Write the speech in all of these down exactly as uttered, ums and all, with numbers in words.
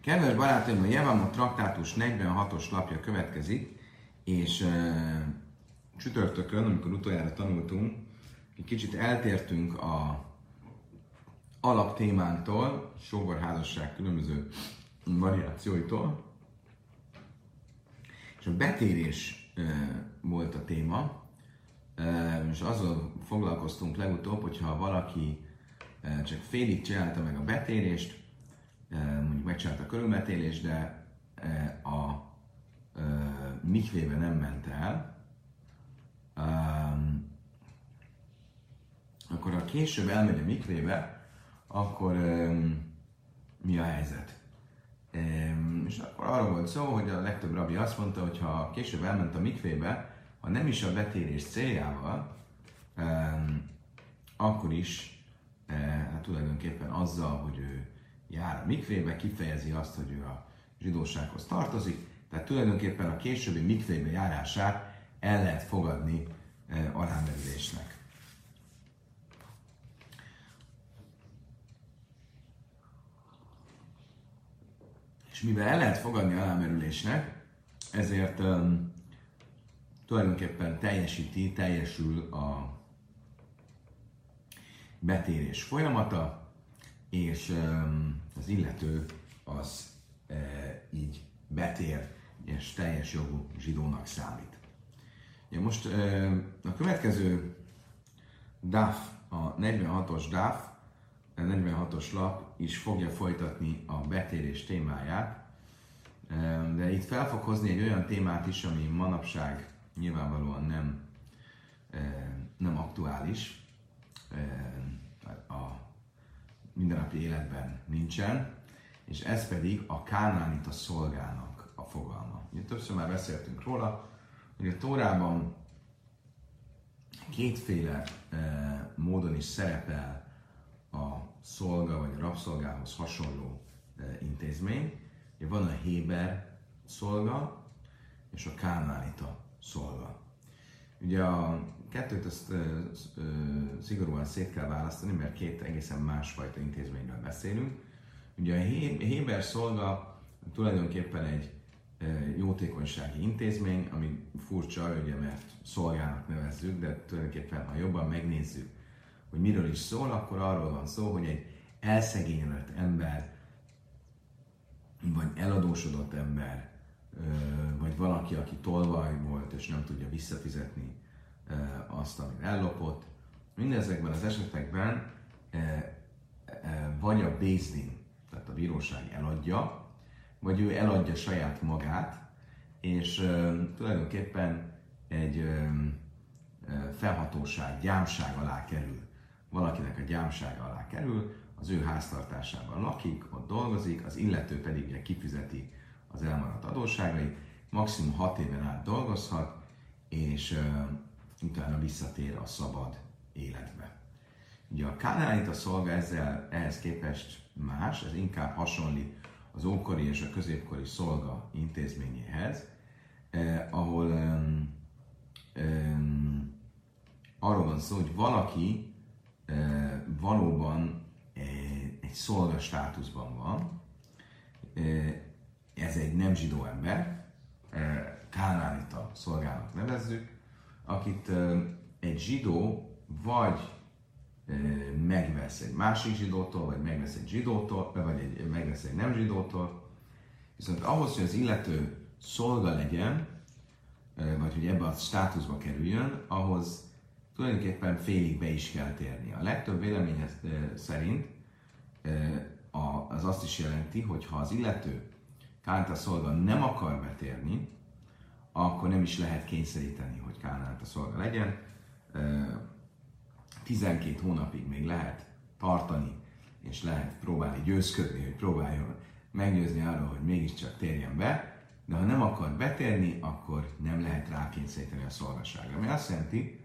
Kedves barátaim, a Jevamot traktátus negyvenhatos lapja következik, és e, csütörtökön, amikor utoljára tanultunk, egy kicsit eltértünk a alaptémánktól, sógorházasság különböző variációitól, és a betérés e, volt a téma, e, és azzal foglalkoztunk legutóbb, hogyha valaki e, csak félig csinálta meg a betérést, mondjuk megcsinálta a körülmetélést, de a mikvébe nem ment el, akkor ha később elmegy a mikvébe, akkor mi a helyzet? És akkor arról volt szó, hogy a legtöbb rabbi azt mondta, hogy ha később elment a mikvébe, ha nem is a betérés céljával, akkor is hát tulajdonképpen azzal, hogy ő jár a mikvébe, kifejezi azt, hogy ő a zsidósághoz tartozik, tehát tulajdonképpen a későbbi mikvébe járását el lehet fogadni e, alámerülésnek. És mivel el lehet fogadni alámerülésnek, ezért um, tulajdonképpen teljesíti, teljesül a betérés folyamata, és um, az illető az e, így betér, és teljes jogú zsidónak számít. Ja, most e, a következő daf, a negyvenhatos daf, a negyvenhatos lap is fogja folytatni a betérés témáját, e, de itt fel fog hozni egy olyan témát is, ami manapság nyilvánvalóan nem, e, nem aktuális, e, a mindennapi életben nincsen, és ez pedig a kánánita szolgának a fogalma. Ugye többször már beszéltünk róla, hogy a Tórában kétféle e, módon is szerepel a szolga vagy a rabszolgához hasonló e, intézmény. Ugye van a héber szolga és a kánánita szolga. Ugye a kettőt ezt ö, ö, szigorúan szét kell választani, mert két egészen másfajta intézményről beszélünk. Ugye a héber szolga tulajdonképpen egy ö, jótékonysági intézmény, ami furcsa, ugye, mert szolgának nevezzük, de tulajdonképpen ha jobban megnézzük, hogy miről is szól, akkor arról van szó, hogy egy elszegényedett ember, vagy eladósodott ember, ö, vagy valaki, aki tolvaj volt és nem tudja visszafizetni azt, amit ellopott. Mindezekben az esetekben e, e, vagy a Bézdin, tehát a bíróság eladja, vagy ő eladja saját magát, és e, tulajdonképpen egy e, felhatóság, gyámság alá kerül. Valakinek a gyámsága alá kerül, az ő háztartásában lakik, ott dolgozik, az illető pedig ugye kifizeti az elmaradt adósságait, maximum hat éven át dolgozhat, és e, utána visszatér a szabad életbe. Ugye a kánánita szolga ezzel, ehhez képest más, ez inkább hasonlít az ókori és a középkori szolga intézményéhez, eh, ahol eh, eh, arról van szó, hogy valaki eh, valóban eh, egy szolga státuszban van, eh, ez egy nem zsidó ember, eh, kánánita szolgának nevezzük, akit uh, egy zsidó vagy uh, megvesz egy másik zsidótól, vagy megvesz egy zsidótól, vagy egy, megvesz egy nem zsidótól. Viszont ahhoz, hogy az illető szolga legyen, uh, vagy hogy ebbe a státuszba kerüljön, ahhoz tulajdonképpen félig be is kell térni. A legtöbb vélemény uh, szerint uh, a, az azt is jelenti, hogy ha az illető kánánita szolga nem akar betérni, akkor nem is lehet kényszeríteni, hogy kánánita szolga legyen. tizenkét hónapig még lehet tartani, és lehet próbálni győzködni, hogy próbáljon meggyőzni arról, hogy mégiscsak térjen be, de ha nem akar betérni, akkor nem lehet rákényszeríteni a szolgaságra. Ami azt jelenti,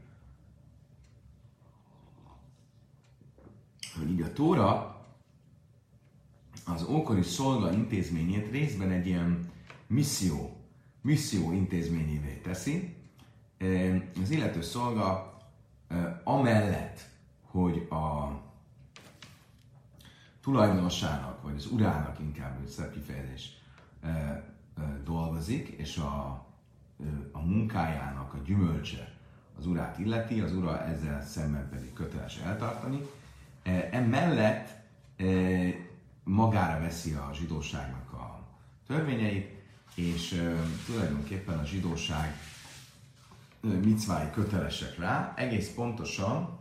hogy így a Tóra az ókori szolga intézményét részben egy ilyen misszió, misszió intézményévé teszi. Az illető szolga amellett, hogy a tulajdonosának, vagy az urának inkább, hogy szebb kifejezés, dolgozik, és a, a munkájának a gyümölcse az urát illeti, az ura ezzel szemben pedig köteles eltartani. Emellett magára veszi a zsidóságnak a törvényeit, és tulajdonképpen a zsidóság micvái kötelesek rá, egész pontosan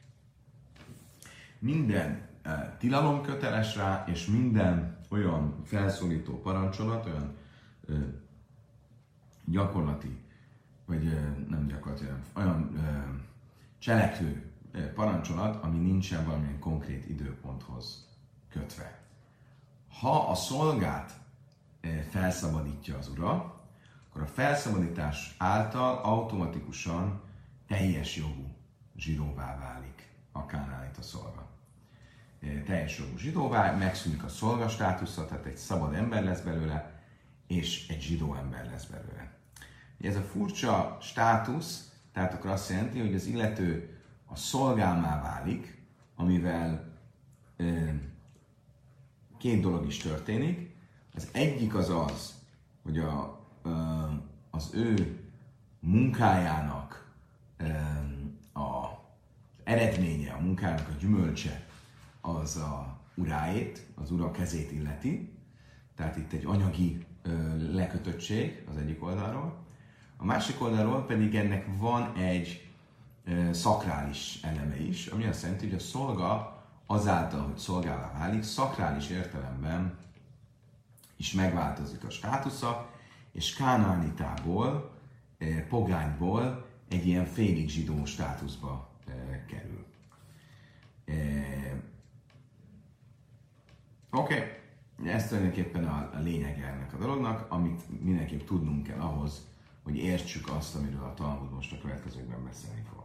minden tilalom köteles rá, és minden olyan felszólító parancsolat, olyan ö, gyakorlati, vagy ö, nem gyakorlati, olyan ö, cselekvő ö, parancsolat, ami nincsen valamilyen konkrét időponthoz kötve. Ha a szolgát ö, felszabadítja az ura, akkor a felszabadítás által automatikusan teljes jogú zsidóvá válik a kánaánita szolga. Teljes jogú zsidóvá, megszűnik a szolgastátusza, tehát egy szabad ember lesz belőle, és egy zsidó ember lesz belőle. Ez a furcsa státusz, tehát akkor azt jelenti, hogy az illető a szolgálmá válik, amivel ö, két dolog is történik. Az egyik az az, hogy a, ö, az ő munkájának ö, a eredménye, a munkájának a gyümölcse, az a uráét, az ura kezét illeti. Tehát itt egy anyagi ö, lekötöttség az egyik oldalról. A másik oldalról pedig ennek van egy ö, szakrális eleme is, ami azt jelenti, hogy a szolga azáltal, hogy szolgává válik, szakrális értelemben is megváltozik a státusza, és kánaánitából, ö, pogányból egy ilyen félig zsidó státuszba ö, kerül. Oké, okay. Ez tulajdonképpen a, a lényege ennek a dolognak, amit mindenképp tudnunk kell ahhoz, hogy értsük azt, amiről a Talmud most a következőkben beszélni fog.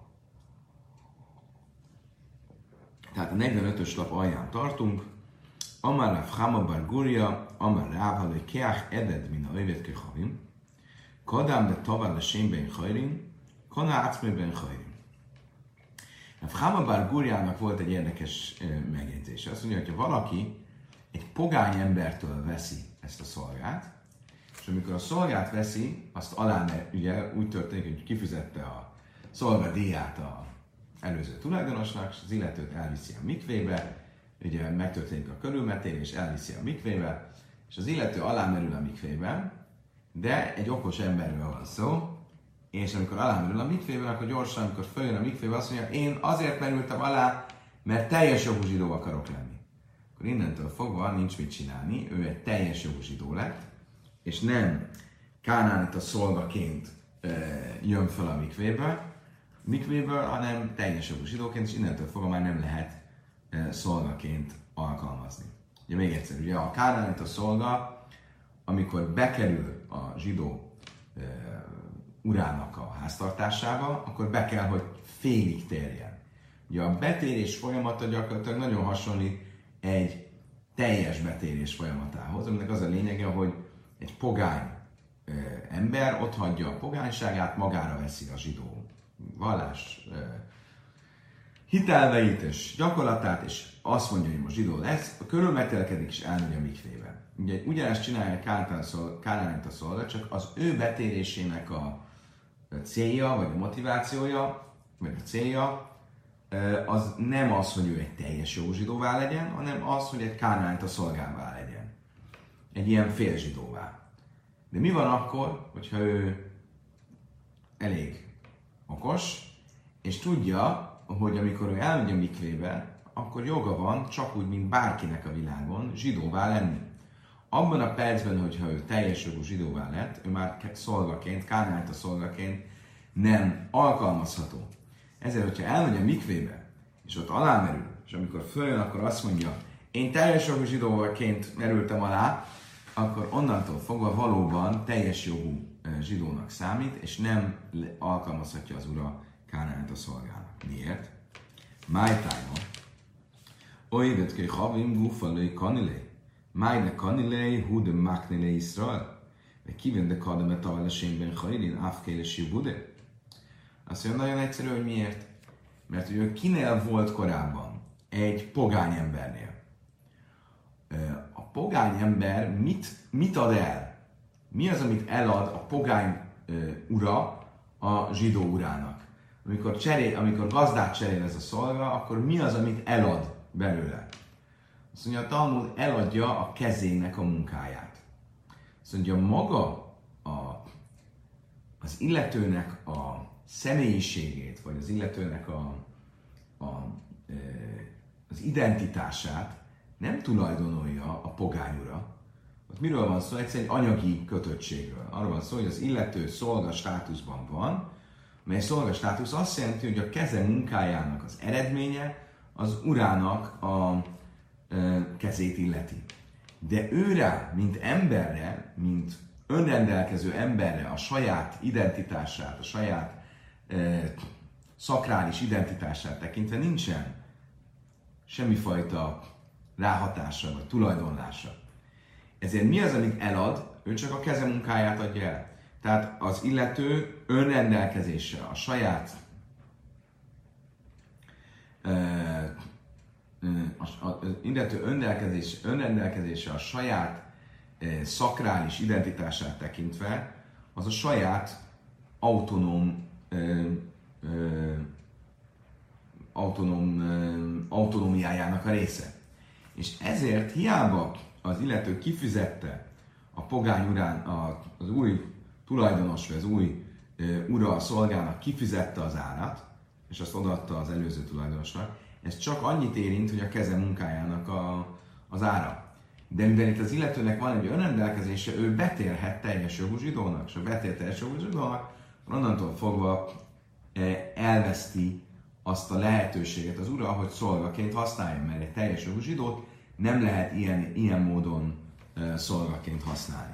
Tehát a negyvenötös lap alján tartunk. Amar Rav Chama bar Guria, Amar Rav Halé Keach Eded min a Övet Kechavim, Kadám de Tavar le Sém ben Chajrin, Kana Ácmé ben Chajrin. Rav Chama bar Guriának volt egy érdekes megjegyzése. Azt mondja, hogy ha valaki egy pogány embertől veszi ezt a szolgát, és amikor a szolgát veszi, azt alá, ugye úgy történik, hogy kifizette a szolga díját az előző tulajdonosnak, és az illetőt elviszi a mikvébe, ugye megtörténik a körülmetélés, elviszi a mikvébe, és az illető alámerül a mikvében, de egy okos emberről van szó, és amikor alámerül a mikvében, akkor gyorsan, amikor följön a mikvébe, azt mondja, én azért merültem alá, mert teljes jogú zsidó akarok lenni. Akkor innentől fogva nincs mit csinálni, ő egy teljes jogú zsidó lett, és nem kánaánita szolgaként e, jön fel a mikvébe, mikvéből, hanem teljes jogú zsidóként, és innentől fogva már nem lehet e, szolgaként alkalmazni. Ugye még egyszer, ugye a kánaánita szolga, amikor bekerül a zsidó e, urának a háztartásába, akkor be kell, hogy félig térjen. Ugye a betérés folyamata gyakorlatilag nagyon hasonlít egy teljes betérés folyamatához, aminek az a lényege, hogy egy pogány ö, ember ott hagyja a pogányságát, magára veszi a zsidó vallás ö, hitelveit és gyakorlatát, és azt mondja, hogy most zsidó lesz, a körülmetélkedik és elmegy a mikvébe. Ugye ugyanezt csinálja kánaánita szolga, csak az ő betérésének a célja, vagy a motivációja, vagy a célja, az nem az, hogy ő egy teljes jó zsidóvá legyen, hanem az, hogy egy kánaánita szolgává legyen. Egy ilyen fél zsidóvá. De mi van akkor, hogyha ő elég okos, és tudja, hogy amikor ő elmegy a mikvébe, akkor joga van, csak úgy, mint bárkinek a világon, zsidóvá lenni. Abban a percben, hogyha ő teljes jogú zsidóvá lett, ő már szolgaként, kánaánita szolgaként nem alkalmazható. Ezért, hogyha elmegy a mikvébe, és ott alámerül, és amikor följön, akkor azt mondja, én teljes jogú zsidóként merültem alá, akkor onnantól fogva valóban teljes jogú zsidónak számít, és nem alkalmazhatja az ura kánaánita szolgának. Miért? Májtájma. Oivetké havim gufalői kanilé. Májne kanilé hude maknilé Iszrael. De kivende kademet tavalesényben hajrin áfkélesi bude. Azt mondja, nagyon egyszerű, hogy miért. Mert ő kinél volt korábban? Egy pogány embernél. a pogány ember mit, mit ad el? Mi az, amit elad a pogány ura a zsidó urának? Amikor, cserél, amikor gazdát cserél ez a szolga, akkor mi az, amit elad belőle? Azt mondja, a Talmud eladja a kezének a munkáját. Azt mondja, maga a, az illetőnek a személyiségét, vagy az illetőnek a, a, az identitását nem tulajdonolja a pogány ura. Ott miről van szó? Egyszerűen egy anyagi kötöttségről. Arról van szó, hogy az illető szolga státuszban van, mely szolga státusz azt jelenti, hogy a keze munkájának az eredménye az urának a e, kezét illeti. De őre, mint emberre, mint önrendelkező emberre a saját identitását, a saját e, szakrális identitását tekintve nincsen semmifajta ráhatása vagy tulajdonlása. Ezért mi az, amit elad? Ő csak a keze munkáját adja el. Tehát az illető önrendelkezése, a saját az illető önrendelkezés, önrendelkezése a saját szakrális identitását tekintve, az a saját autonóm autonóm autonómiájának a része. És ezért hiába az illető kifizette a pogány urán, az új tulajdonos, vagy az új ura a szolgának kifizette az árat, és azt odaadta az előző tulajdonosnak, ez csak annyit érint, hogy a keze munkájának a, az ára. De mivel itt az illetőnek van egy önrendelkezése, ő betérhet teljes jogú zsidónak, és ha betér teljes jogú zsidónak, onnantól fogva elveszti azt a lehetőséget az ura, hogy szolgaként használja, mert egy teljes jogú zsidót nem lehet ilyen, ilyen módon szolgaként használni.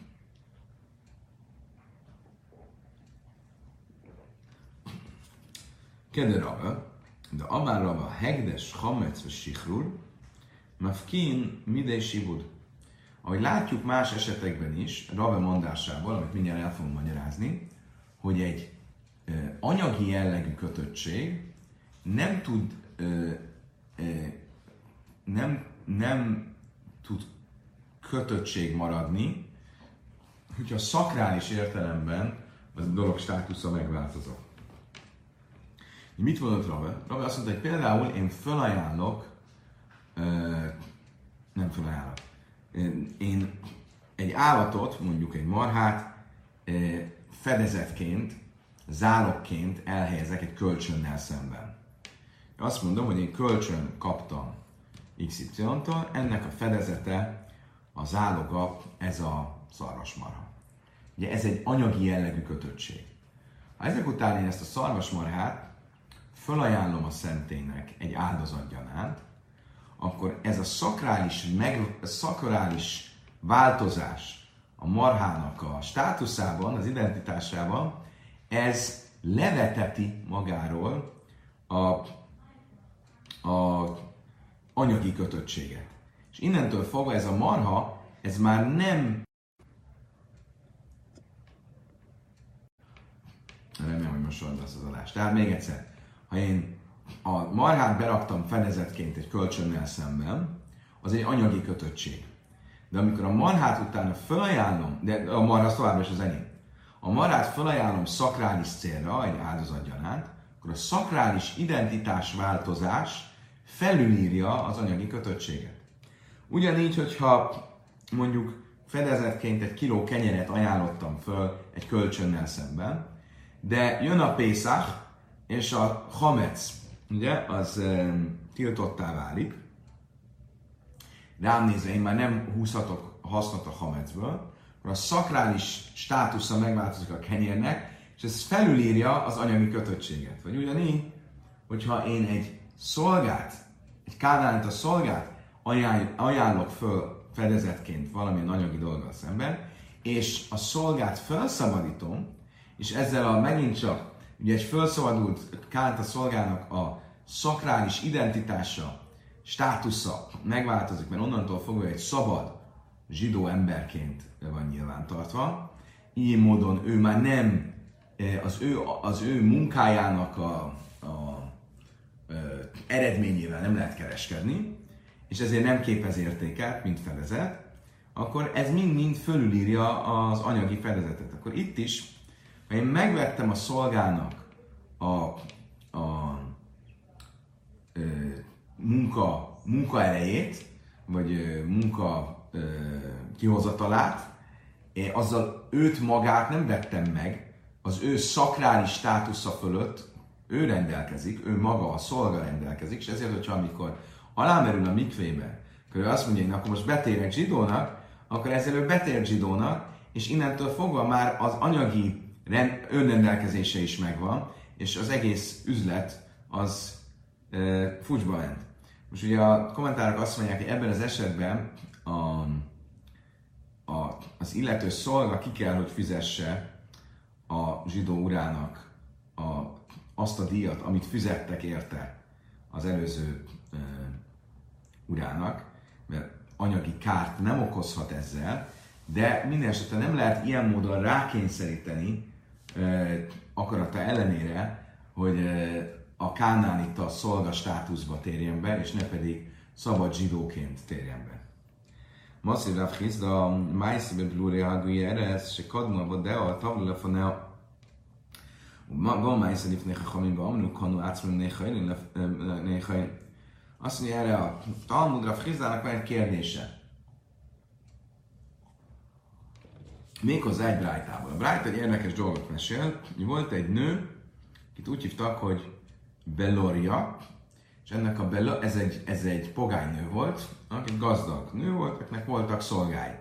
Kede Rava, de Amár Rava, Hegdes, Hametz vagy Sichrur, Mafkin, Midei Sibud. Ahogy látjuk más esetekben is, Rava mondásából, amit mindjárt el fogunk magyarázni, hogy egy ö, anyagi jellegű kötöttség nem tud ö, ö, nem, nem tud kötöttség maradni, hogyha szakrális értelemben az a dolog státusza megváltozott. Mit mondott Rava? Rava azt mondta, hogy például én felajánlok, euh, nem felajánlok, én egy állatot, mondjuk egy marhát euh, fedezetként, zálogként elhelyezek egy kölcsönnel szemben. Azt mondom, hogy én kölcsön kaptam iksz ipszilon-tól, ennek a fedezete, a záloga, ez a szarvasmarha. Ugye ez egy anyagi jellegű kötöttség. Ha ezek után én ezt a szarvasmarhát fölajánlom a szentélynek egy áldozatgyanánt, akkor ez a szakrális, meg, szakrális változás a marhának a státuszában, az identitásában, ez leveteti magáról a, a anyagi kötöttséget. És innentől fogva ez a marha, ez már nem... Remélem, hogy most sorban az adás. Tehát még egyszer, ha én a marhát beraktam fedezetként egy kölcsönnel szemben, az egy anyagi kötöttség. De amikor a marhát utána felajánlom, de a marha az továbbra is az enyém, a marhát felajánlom szakrális célra, egy áldozatgyanánt, akkor a szakrális identitás változás felülírja az anyagi kötöttséget. Ugyanígy, hogyha mondjuk fedezetként egy kiló kenyeret ajánlottam föl egy kölcsönnel szemben, de jön a Pészach, és a Hametz, ugye, az e, tiltottá válik. Rám nézve én már nem húzhatok hasznot a Hametzből, akkor a szakrális státusza megváltozik a kenyérnek, és ez felülírja az anyagi kötöttséget. Vagy ugyanígy, hogyha én egy szolgát, egy kánánita szolgát ajánlok föl fedezetként valamilyen anyagi dolggal szemben, és a szolgát felszabadítom, és ezzel a megint csak ugye egy felszabadult kánánita szolgának a szakrális identitása, státusza megváltozik, mert onnantól fogva egy szabad zsidó emberként van nyilvántartva. Így módon ő már nem az ő, az ő munkájának a, a, a eredményével nem lehet kereskedni, és ezért nem képez értéket, mint fedezet, akkor ez mind-mind fölülírja az anyagi fedezetet. Akkor itt is, ha én megvettem a szolgának a, a ö, munka, munka erejét, vagy ö, munka ö, kihozatalát, én azzal őt magát nem vettem meg, az ő szakrális státusza fölött ő rendelkezik, ő maga a szolga rendelkezik, és ezért, hogyha amikor alámerül a mikvébe, akkor ő azt mondja, hogy akkor most betérek zsidónak, akkor ezzel ő betér zsidónak, és innentől fogva már az anyagi rend, önrendelkezése is megvan, és az egész üzlet az e, fucsba ment. Most ugye a kommentárok azt mondják, hogy ebben az esetben a, a, az illető szolga ki kell, hogy fizesse a zsidó urának a, azt a díjat, amit fizettek érte az előző e, urának, mert anyagi kárt nem okozhat ezzel, de minden esetre nem lehet ilyen módon rákényszeríteni e, akarata ellenére, hogy e, a kánánita szolga státuszba térjen be, és ne pedig szabad zsidóként térjen be. Masszív Rav Chizda, májszíbe blúri hagúi eresz, se kadma, de a tavla lefonea, Gol májszív lifnék a chamimba, amnuk kanu átszmim néhajn. Azt mondja erre a Talmud Rav Chizdának van egy kérdése. Méghozzá egy brájtából. A brájt egy érdekes dolgot mesél, hogy volt egy nő, akit úgy hívtak, hogy Beloria, és ennek a Belo, ez egy, ez egy pogány nő volt, aki gazdag nő volt, akinek voltak szolgái.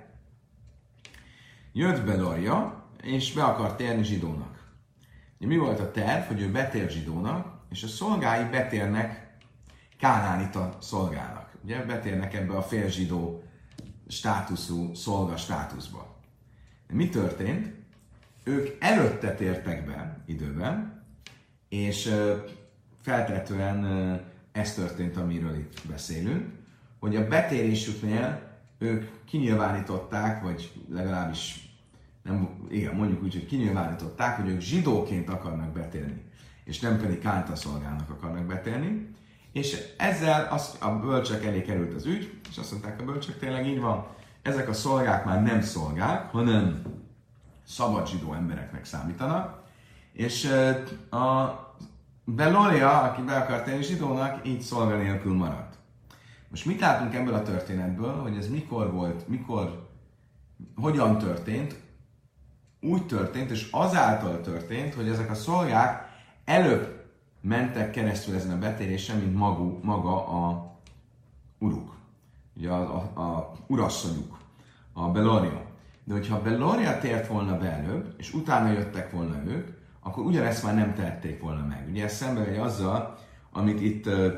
Jött Beloria, és be akart térni zsidónak. Mi volt a terv, hogy ő betér zsidónak, és a szolgái betérnek kánánita szolgának. Ugye betérnek ebbe a félzsidó státuszú szolga státuszba. De mi történt? Ők előtte tértek be időben, és feltehetően ez történt, amiről itt beszélünk, hogy a betérésüknél ők kinyilvánították, vagy legalábbis nem, igen, mondjuk úgy, hogy kinyilvánították, hogy ők zsidóként akarnak betérni, és nem pedig kánta-szolgának akarnak betérni, és ezzel az, a bölcsek elé került az ügy, és azt mondták a bölcsek, tényleg így van, ezek a szolgák már nem szolgák, hanem szabad zsidó embereknek számítanak, és a Beloria, aki be akart tenni zsidónak, így szolga nélkül maradt. Most mit látunk ebből a történetből, hogy ez mikor volt, mikor, hogyan történt? Úgy történt, és azáltal történt, hogy ezek a szolgák előbb mentek keresztül ezen a betérésen, mint magú, maga a uruk. Ugye a, a, a urasszonyuk, a Beloria. De hogyha a Beloria tért volna be előbb, és utána jöttek volna ők, akkor ugyanezt már nem tehették volna meg. Ugye ez szembe megy azzal, amit itt uh,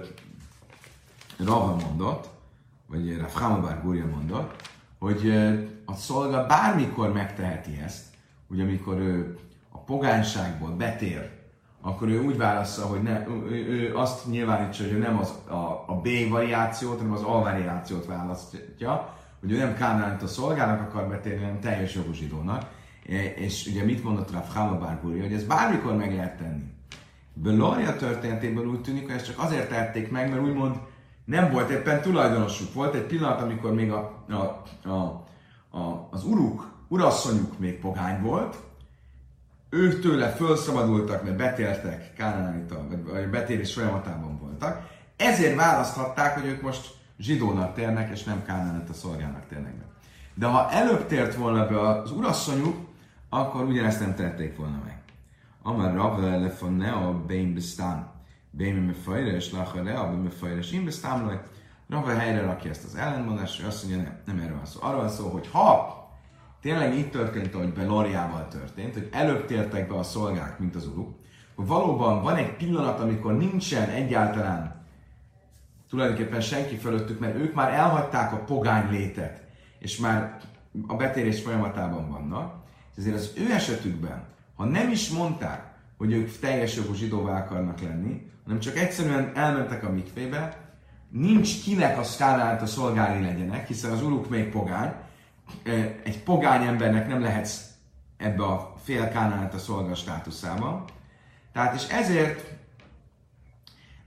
Rava mondott, vagy Rav Chama bar Gurja mondott, hogy uh, a szolga bármikor megteheti ezt, ugye amikor ő a pogányságból betér, akkor ő úgy válassza, hogy ne, ő, ő azt nyilvánítsa, hogy ő nem az, a, a B variációt, hanem az A variációt választja, hogy ő nem kánánita szolgának akar betérni, hanem teljes jogú zsidónak. És ugye mit mondott Rav Chama bar Gurja, hogy ez bármikor meg lehet tenni. Beloria történetéből úgy tűnik, hogy ezt csak azért tették meg, mert úgymond nem volt éppen tulajdonosuk. Volt egy pillanat, amikor még a, a, a, a, az uruk, urasszonyuk még pogány volt, ők tőle felszabadultak, mert betértek kánánita, vagy betérés folyamatában voltak. Ezért választhatták, hogy ők most zsidónak térnek, és nem kánánita szolgának térnek be. De ha előbb tért volna be az urasszonyuk, akkor ugyanezt nem tették volna meg. Amar Rav lefonea bein besztám, bein mefajres, lacharea, bein mefajres, in besztám laj. Rav helyre rakja ezt az ellentmondást, és azt mondja, nem, nem erről van szó. Arról van szó, hogy ha tényleg így történt, ahogy Beloriával történt, hogy előbb tértek be a szolgák, mint az uruk, hogy valóban van egy pillanat, amikor nincsen egyáltalán tulajdonképpen senki fölöttük, mert ők már elhagyták a pogány létet, és már a betérés folyamatában vannak. Ezért az ő esetükben, ha nem is mondták, hogy ők teljes jogú zsidóvá akarnak lenni, hanem csak egyszerűen elmentek a mikvébe, nincs kinek a skálát a szolgálni legyenek, hiszen az uruk még pogány, egy pogány embernek nem lehetsz ebbe a fél kánánát a szolga státuszában. Tehát és ezért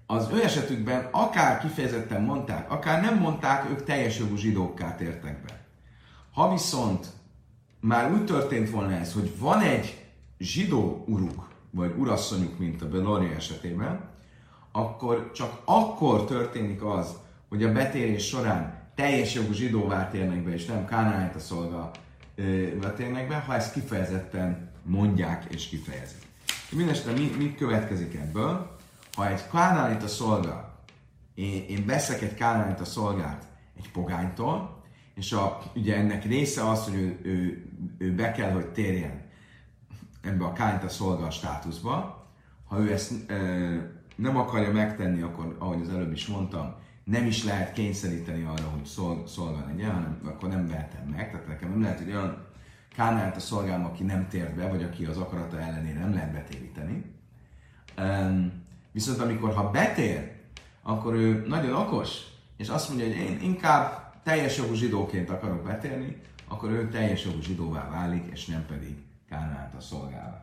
az ő esetükben akár kifejezetten mondták, akár nem mondták, ők teljes jogú zsidókká tértek be. Ha viszont már úgy történt volna ez, hogy van egy zsidó uruk, vagy urasszonyuk, mint a Beloria esetében, akkor csak akkor történik az, hogy a betérés során teljes jogú zsidóvá térnek be, és nem kánaánita szolga térnek be, ha ezt kifejezetten mondják és kifejezik. Mindenesetre mi, mi következik ebből? Ha egy kánaánita szolga, én, én veszek egy kánaánita szolgát egy pogánytól, és a, ugye ennek része az, hogy ő, ő, ő be kell, hogy térjen ebbe a kánaánita szolga státuszba. Ha ő ezt e, nem akarja megtenni, akkor, ahogy az előbb is mondtam, nem is lehet kényszeríteni arra, hogy szolga, szolga legyen, hanem akkor nem vehetem meg. Tehát nekem nem lehet, hogy olyan kánaánita szolgám, aki nem tért be, vagy aki az akarata ellenére nem lehet betéríteni. Um, viszont amikor ha betér, akkor ő nagyon okos, és azt mondja, hogy én inkább teljes jogú zsidóként akarok betérni, akkor ő teljes jogú zsidóvá válik, és nem pedig kánaánita szolgává.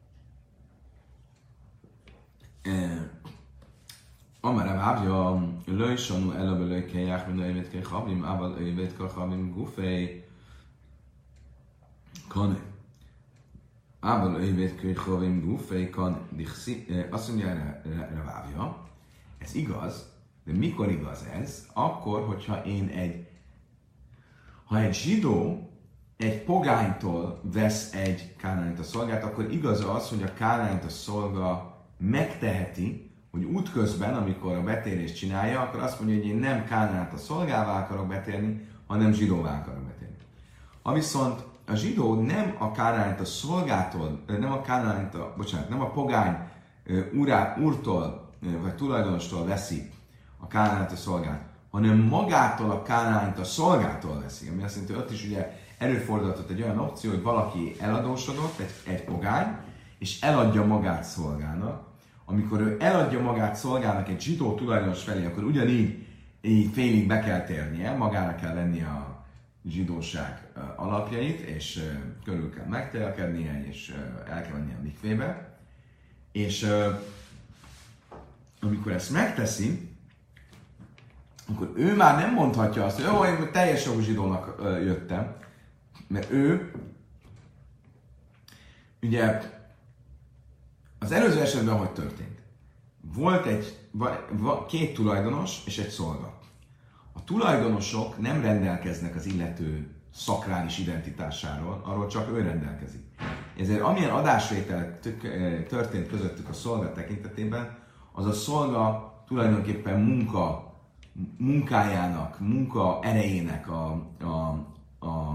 Amara vábja, lősonú előbb lőkelyák, mint ővet kell hablim, ával ővet kell hablim gufej, kane. Ával ővet kell hablim gufej, kan. Azt mondja erre vábja, ez igaz, de mikor igaz ez? Akkor, hogyha én egy, ha egy zsidó egy pogánytól vesz egy kánaánita szolgát, akkor igaz az, hogy a kánaánita szolga megteheti, hogy útközben, amikor a betérést csinálja, akkor azt mondja, hogy én nem kánaánita szolgává akarok betérni, hanem zsidóvá akarok betérni. Ha viszont a zsidó nem a kánaánita szolgától, nem a kánaánita, bocsánat, nem a pogány úrá, úrtól, vagy tulajdonostól veszi a kánaánita szolgát, hanem magától a kánaánita szolgától veszi, ami azt jelenti, hogy ott is ugye előfordulhatott egy olyan opció, hogy valaki eladósodott, egy, egy pogány, és eladja magát szolgának. Amikor ő eladja magát szolgának egy zsidó tulajdonos felé, akkor ugyanígy így félig be kell térnie, magára kell venni a zsidóság alapjait, és körül kell megtelkednie, és el kell venni a mikvébe. És amikor ezt megteszi, akkor ő már nem mondhatja azt, hogy jó, én teljes jogú zsidónak jöttem, mert ő ugye az előző esetben hogy történt? Volt egy, két tulajdonos és egy szolga. A tulajdonosok nem rendelkeznek az illető szakrális identitásáról, arról csak ő rendelkezik. Ezért amilyen adásvétel történt közöttük a szolga tekintetében, az a szolga tulajdonképpen munka, munkájának, munka erejének a, a, a,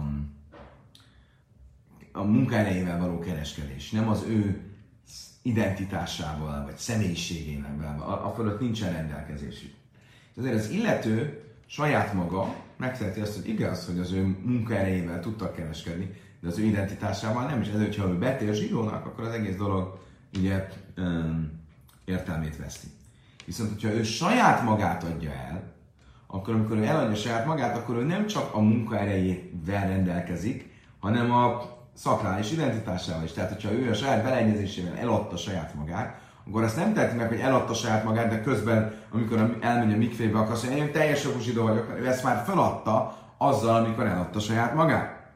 a munka erejével való kereskedés. Nem az ő identitásával, vagy személyiségével, a fölött nincsen rendelkezésük. Ezért az illető saját maga megszereti azt, hogy igaz, hogy az ő munkaerejével tudtak kereskedni, de az ő identitásával nem, és ezért, ha ő betér zsidónak, akkor az egész dolog ugye um, értelmét veszti. Viszont, hogyha ő saját magát adja el, akkor amikor ő eladja saját magát, akkor ő nem csak a munkaerejével rendelkezik, hanem a szakrális identitásával is. Tehát, hogyha ő a saját beleegyezésével eladta saját magát, akkor azt nem teheti meg, hogy eladta saját magát, de közben, amikor elmegy a mikvébe, akkor azt mondja, én teljes jogú zsidó vagyok, ő ezt már feladta azzal, amikor eladta saját magát.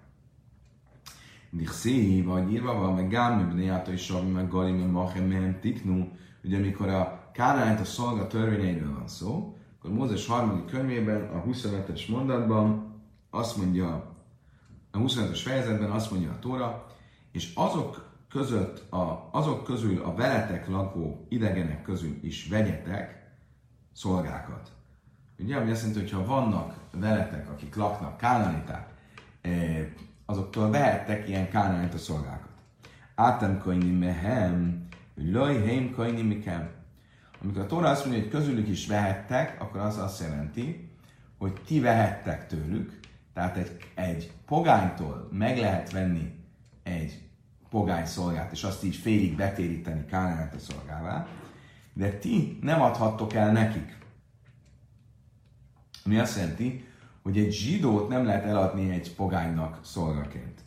Dixi, vagy írva van, meg gámi, bnejától is savi, meg galim, meg machem, mehem, tiknu. Ugye, amikor a kánaánita szolga törvényeiről van szó, akkor Mózes harmadik könyvében, a huszonötös mondatban azt mondja, a huszonötös fejezetben azt mondja a Tóra, és azok között, a, azok közül a veletek lakó idegenek közül is vegyetek szolgákat. Ugye, ami azt jelenti, hogy ha vannak veletek, akik laknak, kánaaniták, azoktól vehettek ilyen kánaanita szolgákat. Átem kajni mehem, laj heim kajni mikem. Amikor a Tóra azt mondja, hogy közülük is vehettek, akkor az azt jelenti, hogy ti vehettek tőlük, tehát egy, egy pogánytól meg lehet venni egy pogány szolgát, és azt így félig betéríteni kánaánita szolgává, de ti nem adhattok el nekik. Ami azt jelenti, hogy egy zsidót nem lehet eladni egy pogánynak szolgaként.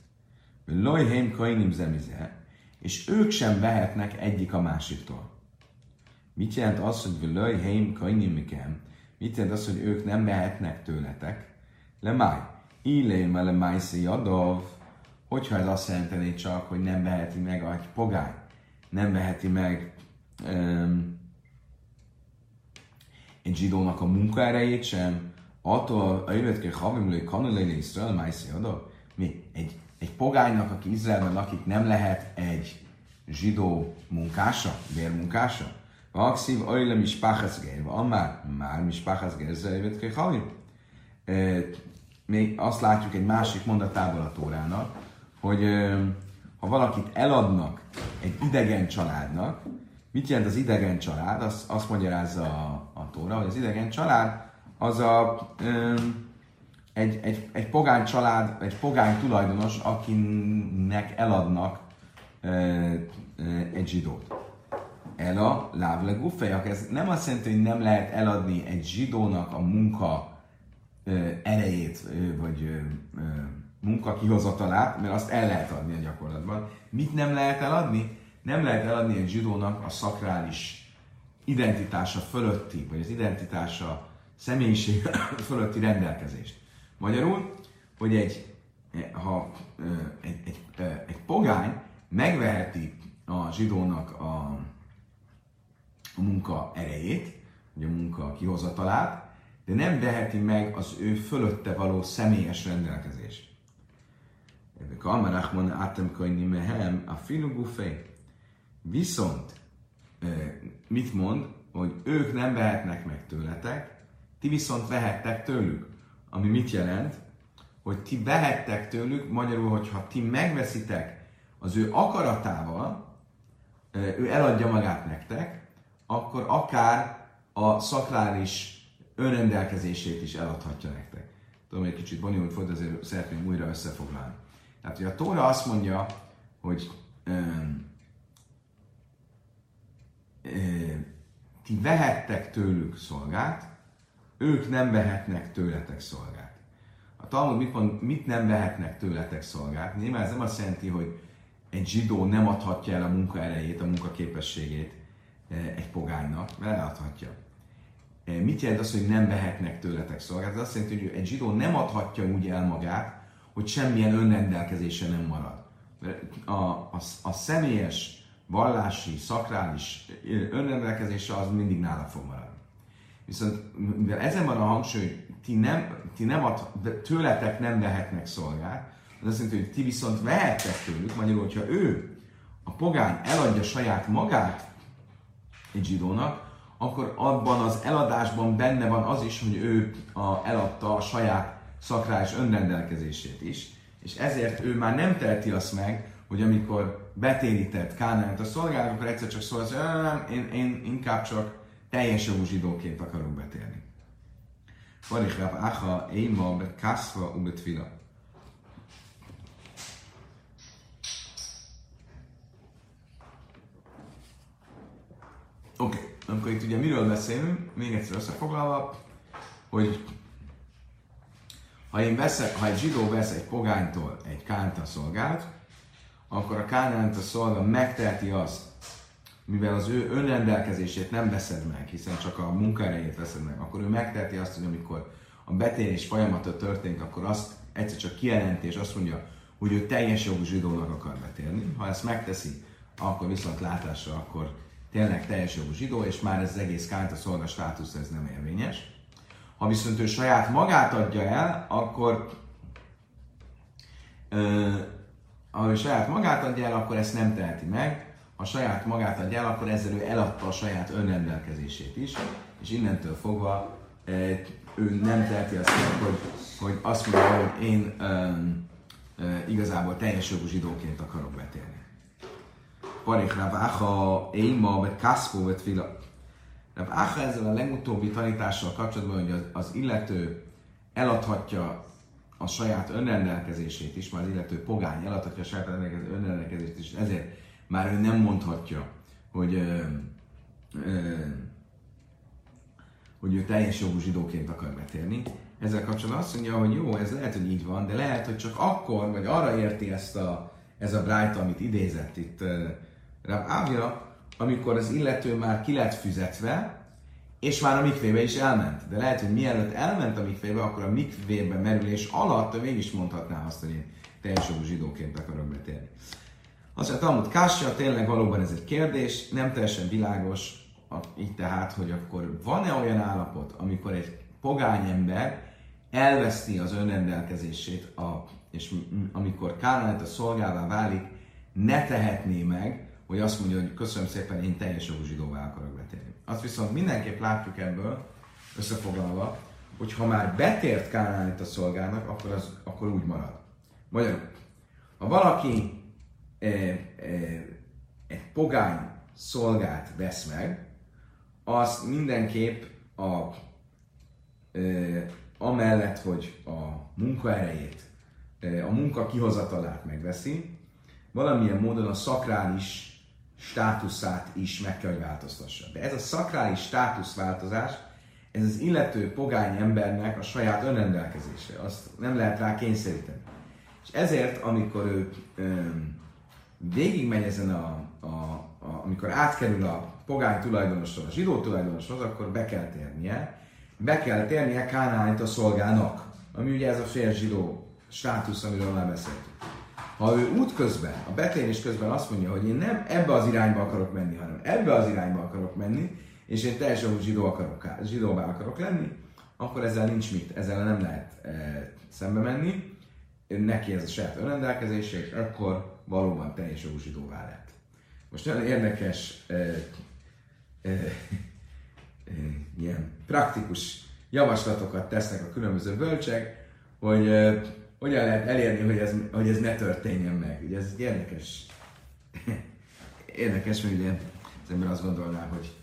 Lojheim kainim zemize, és ők sem vehetnek egyik a másiktól. Mit jelent az, hogy völöj heim kajnimikem? Mit jelent az, hogy ők nem vehetnek tőletek? Lemáj. Illém le májszi jadav. Hogyha ez azt jelenteni csak, hogy nem veheti meg egy pogány, nem veheti meg um, egy zsidónak a munkaerejét sem, attól a jövetké havimlői kanulélé Iszrael májszi jadav. Mi? Egy, egy pogánynak, aki Izraelben lakik, nem lehet egy zsidó munkása, bérmunkása? Vakszív, ajlem is páhaszgér, van már, már is páhaszgér, zöjvetké havim. Még azt látjuk egy másik mondatából a Tórának, hogy ha valakit eladnak egy idegen családnak, mit jelent az idegen család? Azt, azt magyarázza a, a Tóra, hogy az idegen család az a, egy, egy, egy pogány család, egy pogány tulajdonos, akinek eladnak egy zsidót. Ela, lávle guffejak, ez nem azt jelenti, hogy nem lehet eladni egy zsidónak a munka erejét, vagy munka kihozatalát, mert azt el lehet adni a gyakorlatban. Mit nem lehet eladni? Nem lehet eladni egy zsidónak a szakrális identitása fölötti, vagy az identitása személyiség fölötti rendelkezést. Magyarul, hogy egy, ha egy, egy, egy pogány megveheti a zsidónak a, a munka erejét, vagy a munka kihozatalát, de nem veheti meg az ő fölötte való személyes rendelkezést. Kalmarachmon átemkajni mehem a filugufé. Viszont mit mond, hogy ők nem vehetnek meg tőletek, ti viszont vehettek tőlük. Ami mit jelent? Hogy ti vehettek tőlük, magyarul, hogyha ti megveszitek az ő akaratával, ő eladja magát nektek, akkor akár a szakrális önrendelkezését is eladhatja nektek. Tudom, egy kicsit bonyolult volt, azért szeretném újra összefoglalni. Tehát, hogy a Tóra azt mondja, hogy ö, ö, ti vehettek tőlük szolgát, ők nem vehetnek tőletek szolgát. A Talmud mit mond, mit nem vehetnek tőletek szolgát? Nyilván ez nem azt jelenti, hogy egy zsidó nem adhatja el a munkaerejét, a munkaképességét egy pogánynak, mert eladhatja. Mit jelent az, hogy nem vehetnek tőletek szolgát? Ez azt jelenti, hogy egy zsidó nem adhatja úgy el magát, hogy semmilyen önrendelkezése nem marad. A, a, a személyes, vallási, szakrális önrendelkezése az mindig nála fog maradni. Viszont mivel ezen van a hangsúly, hogy ti nem, ti nem ad, tőletek nem vehetnek szolgát, az azt jelenti, hogy ti viszont vehettek tőlük, magyarul, hogyha ő, a pogány eladja saját magát egy zsidónak, akkor abban az eladásban benne van az is, hogy ő a, eladta a saját szakrális önrendelkezését is, és ezért ő már nem teheti azt meg, hogy amikor betérített Kánánt a szolgálat, akkor egyszer csak szól, hogy nem, én, én inkább csak teljes jogú zsidóként akarok betérni. Varich Rav Acha, Éma, bet Kászva, ubet Tvila. Oké, okay. Amikor itt ugye miről beszélünk, még egyszer összefoglalva, hogy ha én veszek, ha egy zsidó vesz egy pogánytól egy kánta szolgált, akkor a kánánta szolga megteheti azt, mivel az ő önrendelkezését nem veszed meg, hiszen csak a munkaerejét veszed meg, akkor ő megteheti azt, hogy amikor a betérés folyamata történik, akkor azt egyszer csak kijelenti, és azt mondja, hogy ő teljes jogú zsidónak akar betérni. Ha ezt megteszi, akkor viszont látásra, akkor tényleg teljes jogú zsidó, és már ez az egész kánta szolga státusz, ez nem érvényes. Ha viszont ő saját magát adja el, akkor uh, ha ő saját magát adja el, akkor ezt nem teheti meg. Ha saját magát adja el, akkor ezzel ő eladta a saját önrendelkezését is, és innentől fogva uh, ő nem teheti azt, hogy, hogy azt mondja, hogy én um, uh, igazából teljes jogú zsidóként akarok betérni. Parich Rav Acha, Éma, vagy Kászpó, vagy Tvila. Rav Acha ezzel a legutóbbi tanítással kapcsolatban, hogy az, az illető eladhatja a saját önrendelkezését is, már az illető pogány eladhatja a saját önrendelkezését is, ezért már ő nem mondhatja, hogy, ö, ö, hogy ő teljes jogú zsidóként akar betérni. Ezzel kapcsolatban azt mondja, hogy jó, ez lehet, hogy így van, de lehet, hogy csak akkor, vagy arra érti ezt a, ez a brájta, amit idézett itt uh, Rav Ávia, amikor az illető már ki lett fizetve, és már a mikvébe is elment. De lehet, hogy mielőtt elment a mikvébe, akkor a mikvébe merülés alatt ő mégis mondhatná azt, hogy én teljes jogú zsidóként akarok betérni. Azt mondja, Talmud Kássia, tényleg valóban ez egy kérdés, nem teljesen világos, így tehát, hogy akkor van-e olyan állapot, amikor egy pogány ember elveszti az önrendelkezését, a, és amikor Kánaánit a szolgává válik, ne tehetné meg, hogy azt mondja, hogy köszönöm szépen, én teljes jogú zsidóvá akarok betérni. Azt viszont mindenképp látjuk ebből, összefoglalva, hogy ha már betért Kánaánit a szolgának, akkor, az, akkor úgy marad. Magyarul, ha valaki e, e, egy pogány szolgát vesz meg, az mindenképp a, e, amellett, hogy a munkaerejét, e, a munka kihozatalát megveszi, valamilyen módon a szakrális státuszát is meg kell, hogy változtassa. De ez a szakrális státuszváltozás, ez az illető pogány embernek a saját önrendelkezése. Azt nem lehet rá kényszeríteni. És ezért, amikor ő ö, végigmegy ezen a, a, a, amikor átkerül a pogány tulajdonosról, a zsidó tulajdonoshoz, akkor be kell térnie. Be kell térnie Kánaánit a szolgának, ami ugye ez a fél zsidó státusz, amiről már beszéltünk. Ha ő útközben, a betérés közben azt mondja, hogy én nem ebbe az irányba akarok menni, hanem ebbe az irányba akarok menni, és én teljesen zsidó akarok, zsidóvá akarok lenni, akkor ezzel nincs mit, ezzel nem lehet e, szembe menni, neki ez a saját önrendelkezése, és akkor valóban teljes jogú zsidóvá lett. Most nagyon érdekes, e, e, e, ilyen praktikus javaslatokat tesznek a különböző bölcsek, hogy e, hogyan lehet elérni, hogy ez, hogy ez ne történjen meg. Ugye ez egy érdekes, érdekes, mert ugye az ember azt gondolná, hogy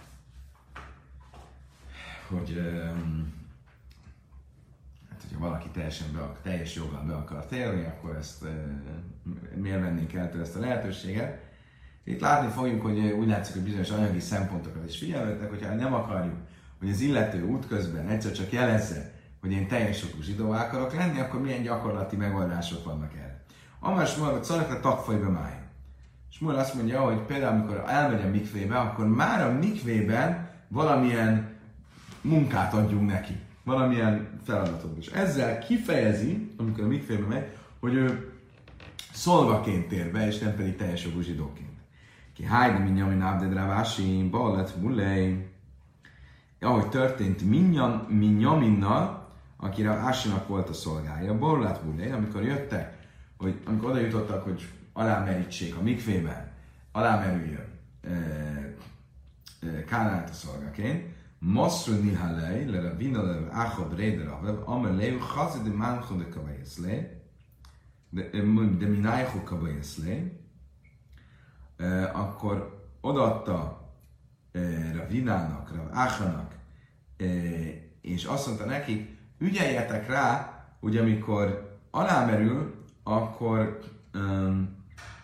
hogy um, hát, hogyha valaki teljesen be, teljes joggal be akar térni, akkor ezt uh, miért vennénk el tőle ezt a lehetőséget. Itt látni fogjuk, hogy úgy látszik, hogy bizonyos anyagi szempontokat is figyelmetnek, hogyha nem akarjuk, hogy az illető útközben egyszer csak jelezze, hogy én teljes jogú zsidóvá akarok lenni, akkor milyen gyakorlati megoldások vannak erre. Amár Smuel, hogy szarnak a tagfajba máj. Smuel azt mondja, hogy például amikor elmegy a mikvébe, akkor már a mikvében valamilyen munkát adjunk neki. Valamilyen feladatot. És ezzel kifejezi, amikor a mikvébe megy, hogy ő szolgaként tér be, és nem pedig teljes jogú zsidóként. Ki hájdi minyamin abded rávási, ballet mulej. Ahogy történt Minyaminnal, akire Ásinak volt a szolgája, Borlát Mulej, amikor jöttek, hogy amikor oda jutottak, hogy alámerítsék a mikvében, alámerüljön e, e, Kánaánit a szolgaként, Maszru Nihalej, le a Vinalev, Áchad Réderavev, Ameleu, Chazid Mánchod de Kavajeszlé, de Minájchó Kavajeszlé, akkor odaadta Ravinának, Rav Áchanak, és azt mondta nekik, ügyeljetek rá, hogy amikor alámerül, akkor um,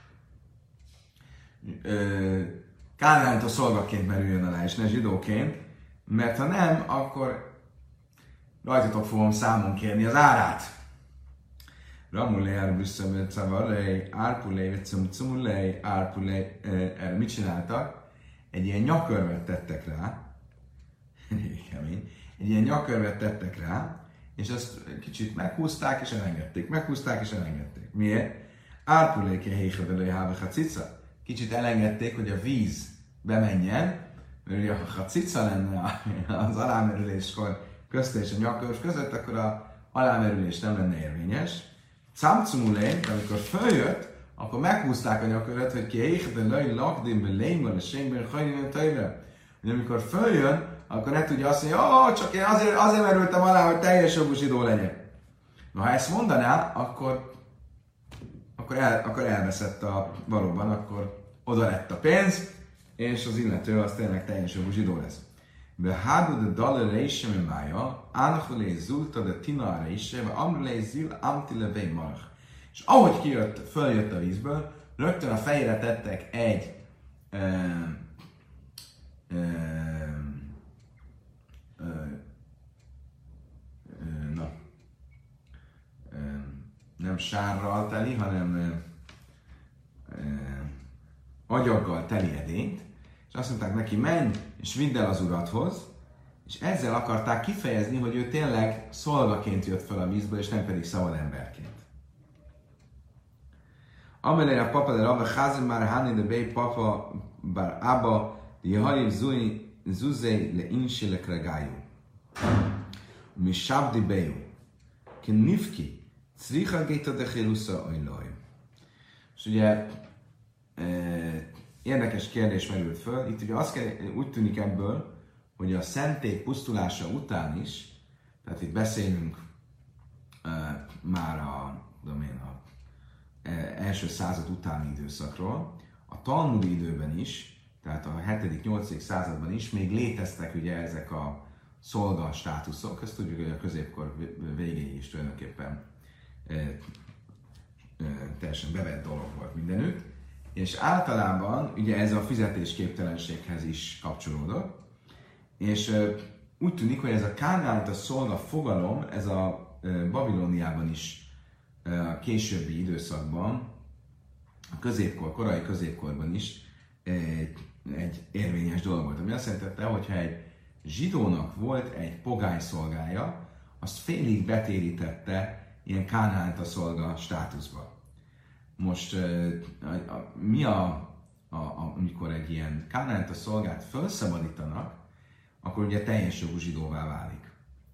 uh, Kánaánit a szolgaként merüljön alá, és ne zsidóként, mert ha nem, akkor rajtatok fogom számon kérni az árát. Ramulé, Árbüsszömő, Cavaré, Árpulé, Cumcumulé, Árpulé, erre mit csináltak? Egy ilyen nyakörvet tettek rá, kemény, egy ilyen nyakörvet tettek rá, és azt kicsit meghúzták és elengedték. Meghúzták és elengedték. Miért? Árpuléke héjhadelői háveha cica. Kicsit elengedték, hogy a víz bemenjen, mert ugye ha cica lenne az alámerüléskor közt és a nyakörv között, akkor a alámerülés nem lenne érvényes. Camcumulé, de amikor följött, akkor meghúzták a nyakörvet, hogy ki héjhadelői lakdimbe lémben, és sénkben, hajnében töjbe. Hogy amikor följön, akkor ne tudja azt mondani, hogy csak én azért, azért merültem alá, hogy teljes jogú zsidó legyek. Na, ha ezt mondaná, akkor, akkor, el, akkor elveszett a valóban, akkor oda lett a pénz, és az illető az tényleg teljes jogú zsidó lesz. De hádu de dalle reise me mája, ánhulé zulta de tina reise, vagy amrulé zil amti levei marach. És ahogy kijött, följött a vízből, rögtön a fejére tettek egy e, e, na, nem sárral teli, hanem agyaggal teli edényt, és azt mondták neki, menj és vidd el az uradhoz, és ezzel akarták kifejezni, hogy ő tényleg szolgaként jött fel a vízből, és nem pedig szabad emberként. Amelé a papa de rabba chazim már hani de bej papa bar abba de jahariv zuzei le insi le kregájú. Mi sabdi bejú. Ki nifki cricha géta de chilusza ojlaj. És ugye e, érdekes kérdés merült föl. Itt ugye azt kell, úgy tűnik ebből, hogy a szentély pusztulása után is, tehát itt beszélünk e, már a, tudom én, a első század utáni időszakról, a talmudi időben is, tehát a hetedik-nyolcadik században is még léteztek ugye ezek a szolga státuszok, ezt tudjuk, hogy a középkor végéig is tulajdonképpen e, e, teljesen bevett dolog volt mindenütt, és általában ugye ez a fizetésképtelenséghez is kapcsolódott, és e, úgy tűnik, hogy ez a kánaánita szolga fogalom, ez a e, Babilóniában is a későbbi időszakban, a középkor, korai középkorban is egy, egy érvényes dolog volt. Ami azt jelentette, hogyha egy zsidónak volt egy pogány szolgája, azt félig betérítette ilyen kánaánita szolga státuszba. Most a, a, mi a, a, a, amikor egy ilyen kánaánita szolgát felszabadítanak, akkor ugye teljes jogú zsidóvá válik.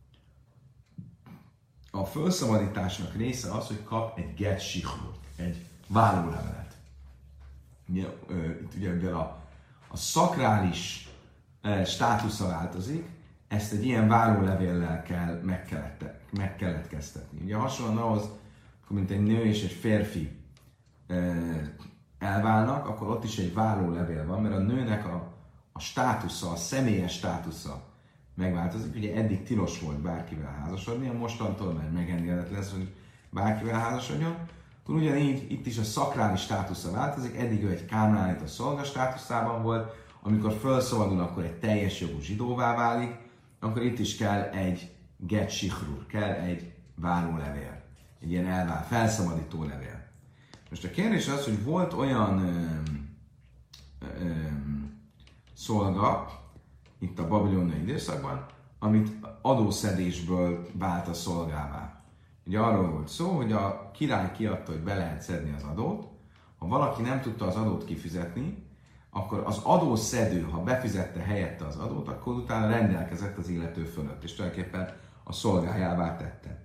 A felszabadításnak része az, hogy kap egy get sichrút, egy vállólevelet. Ugye, itt ugye a, a szakrális e, státusza változik, ezt egy ilyen vállólevéllel kell megkeletkeztetni. Ugye hasonlóan ahhoz, mint egy nő és egy férfi e, elválnak, akkor ott is egy vállólevél van, mert a nőnek a, a státusza, a személyes státusza megváltozik. Ugye eddig tilos volt bárkivel házasodni, mostantól már megengedett lesz, hogy bárkivel házasodjon. Akkor ugyanígy itt is a szakrális státusza változik, eddig ő egy kánaánita szolga státuszában volt, amikor felszabadul, akkor egy teljes jogú zsidóvá válik, akkor itt is kell egy get sichrur, kell egy várólevél, egy ilyen elvál, felszabadító levél. Most a kérdés az, hogy volt olyan ö, ö, szolga, itt a babiloniai időszakban, amit adószedésből vált a szolgává. Ugye arról volt szó, hogy a király kiadta, hogy be lehet szedni az adót, ha valaki nem tudta az adót kifizetni, akkor az adószedő, ha befizette helyette az adót, akkor utána rendelkezett az illető fölött, és tulajdonképpen a szolgájává tette.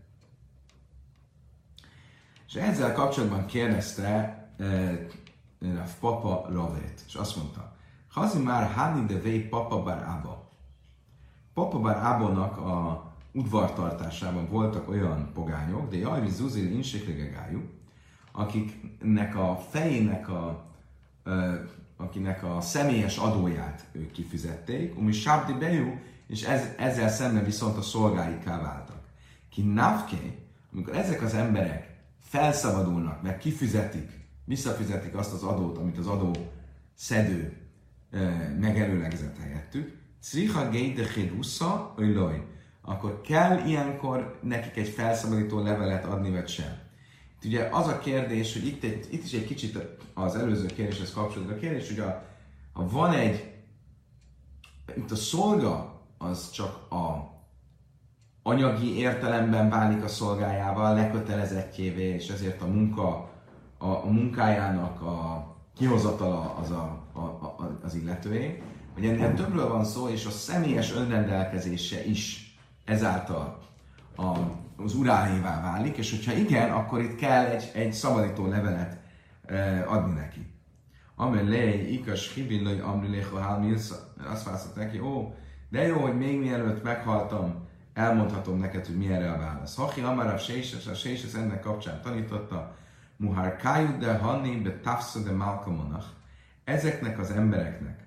És ezzel kapcsolatban kérdezte eh, Rav Papa Ravét, és azt mondta, Hazi már Hani de Vej Papa Bar Abba. Papa Bar Abba-nak a udvartartásában voltak olyan pogányok, de jaj, Zuzil Insekregegájú, akiknek a fejének a, ö, akinek a személyes adóját ők kifizették, umi Sábdi Bejú, és ez, ezzel szemben viszont a szolgáiká váltak. Ki Navke, amikor ezek az emberek felszabadulnak, meg kifizetik, visszafizetik azt az adót, amit az adó szedő megelőlegezett helyettük, Cricha Géde Chirusza, Öloj, akkor kell ilyenkor nekik egy felszabadító levelet adni, vagy sem. Itt ugye az a kérdés, hogy itt, egy, itt is egy kicsit az előző kérdéshez kapcsolódik a kérdés, hogy a, ha van egy, itt a szolga, az csak a anyagi értelemben válik a szolgájával, lekötelezettjévé, és ezért a munka, a, a munkájának a kihozatala az a, a, a, az illetőé, hogy ennél többről van szó, és a személyes önrendelkezése is ezáltal a, az uráévá válik, és hogyha igen, akkor itt kell egy, egy szabadító levelet e, adni neki. Amelé, ikas, hibillai, amrilého, hálmilsza, azt válaszolt neki, ó, de jó, hogy még mielőtt meghaltam, elmondhatom neked, hogy mi erre a válasz. Hachi, amarav, séses, a séses ennek kapcsán tanította, Muhar kájud de hanni be tafsza de malkamonach. Ezeknek az embereknek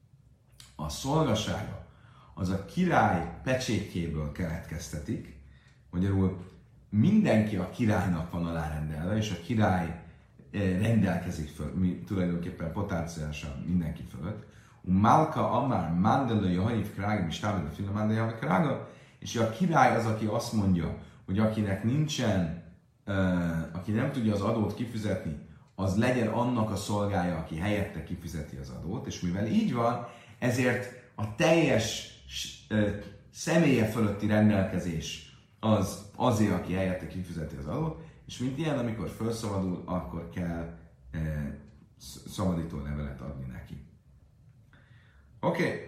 a szolgasága az a király pecsétjéből keletkeztetik. Magyarul mindenki a királynak van alárendelve, és a király rendelkezik föl, mi, tulajdonképpen potenciálisan mindenki fölött. Malka amár mandela jahaif krága, mi stábed a filamánda krága, és a király az, aki azt mondja, hogy akinek nincsen Uh, aki nem tudja az adót kifizetni, az legyen annak a szolgája, aki helyette kifizeti az adót, és mivel így van, ezért a teljes ö, személye fölötti rendelkezés az azért, aki helyette kifizeti az adót, és mint ilyen, amikor felszabadul, akkor kell ö, szabadító levelet adni neki. Oké. Okay.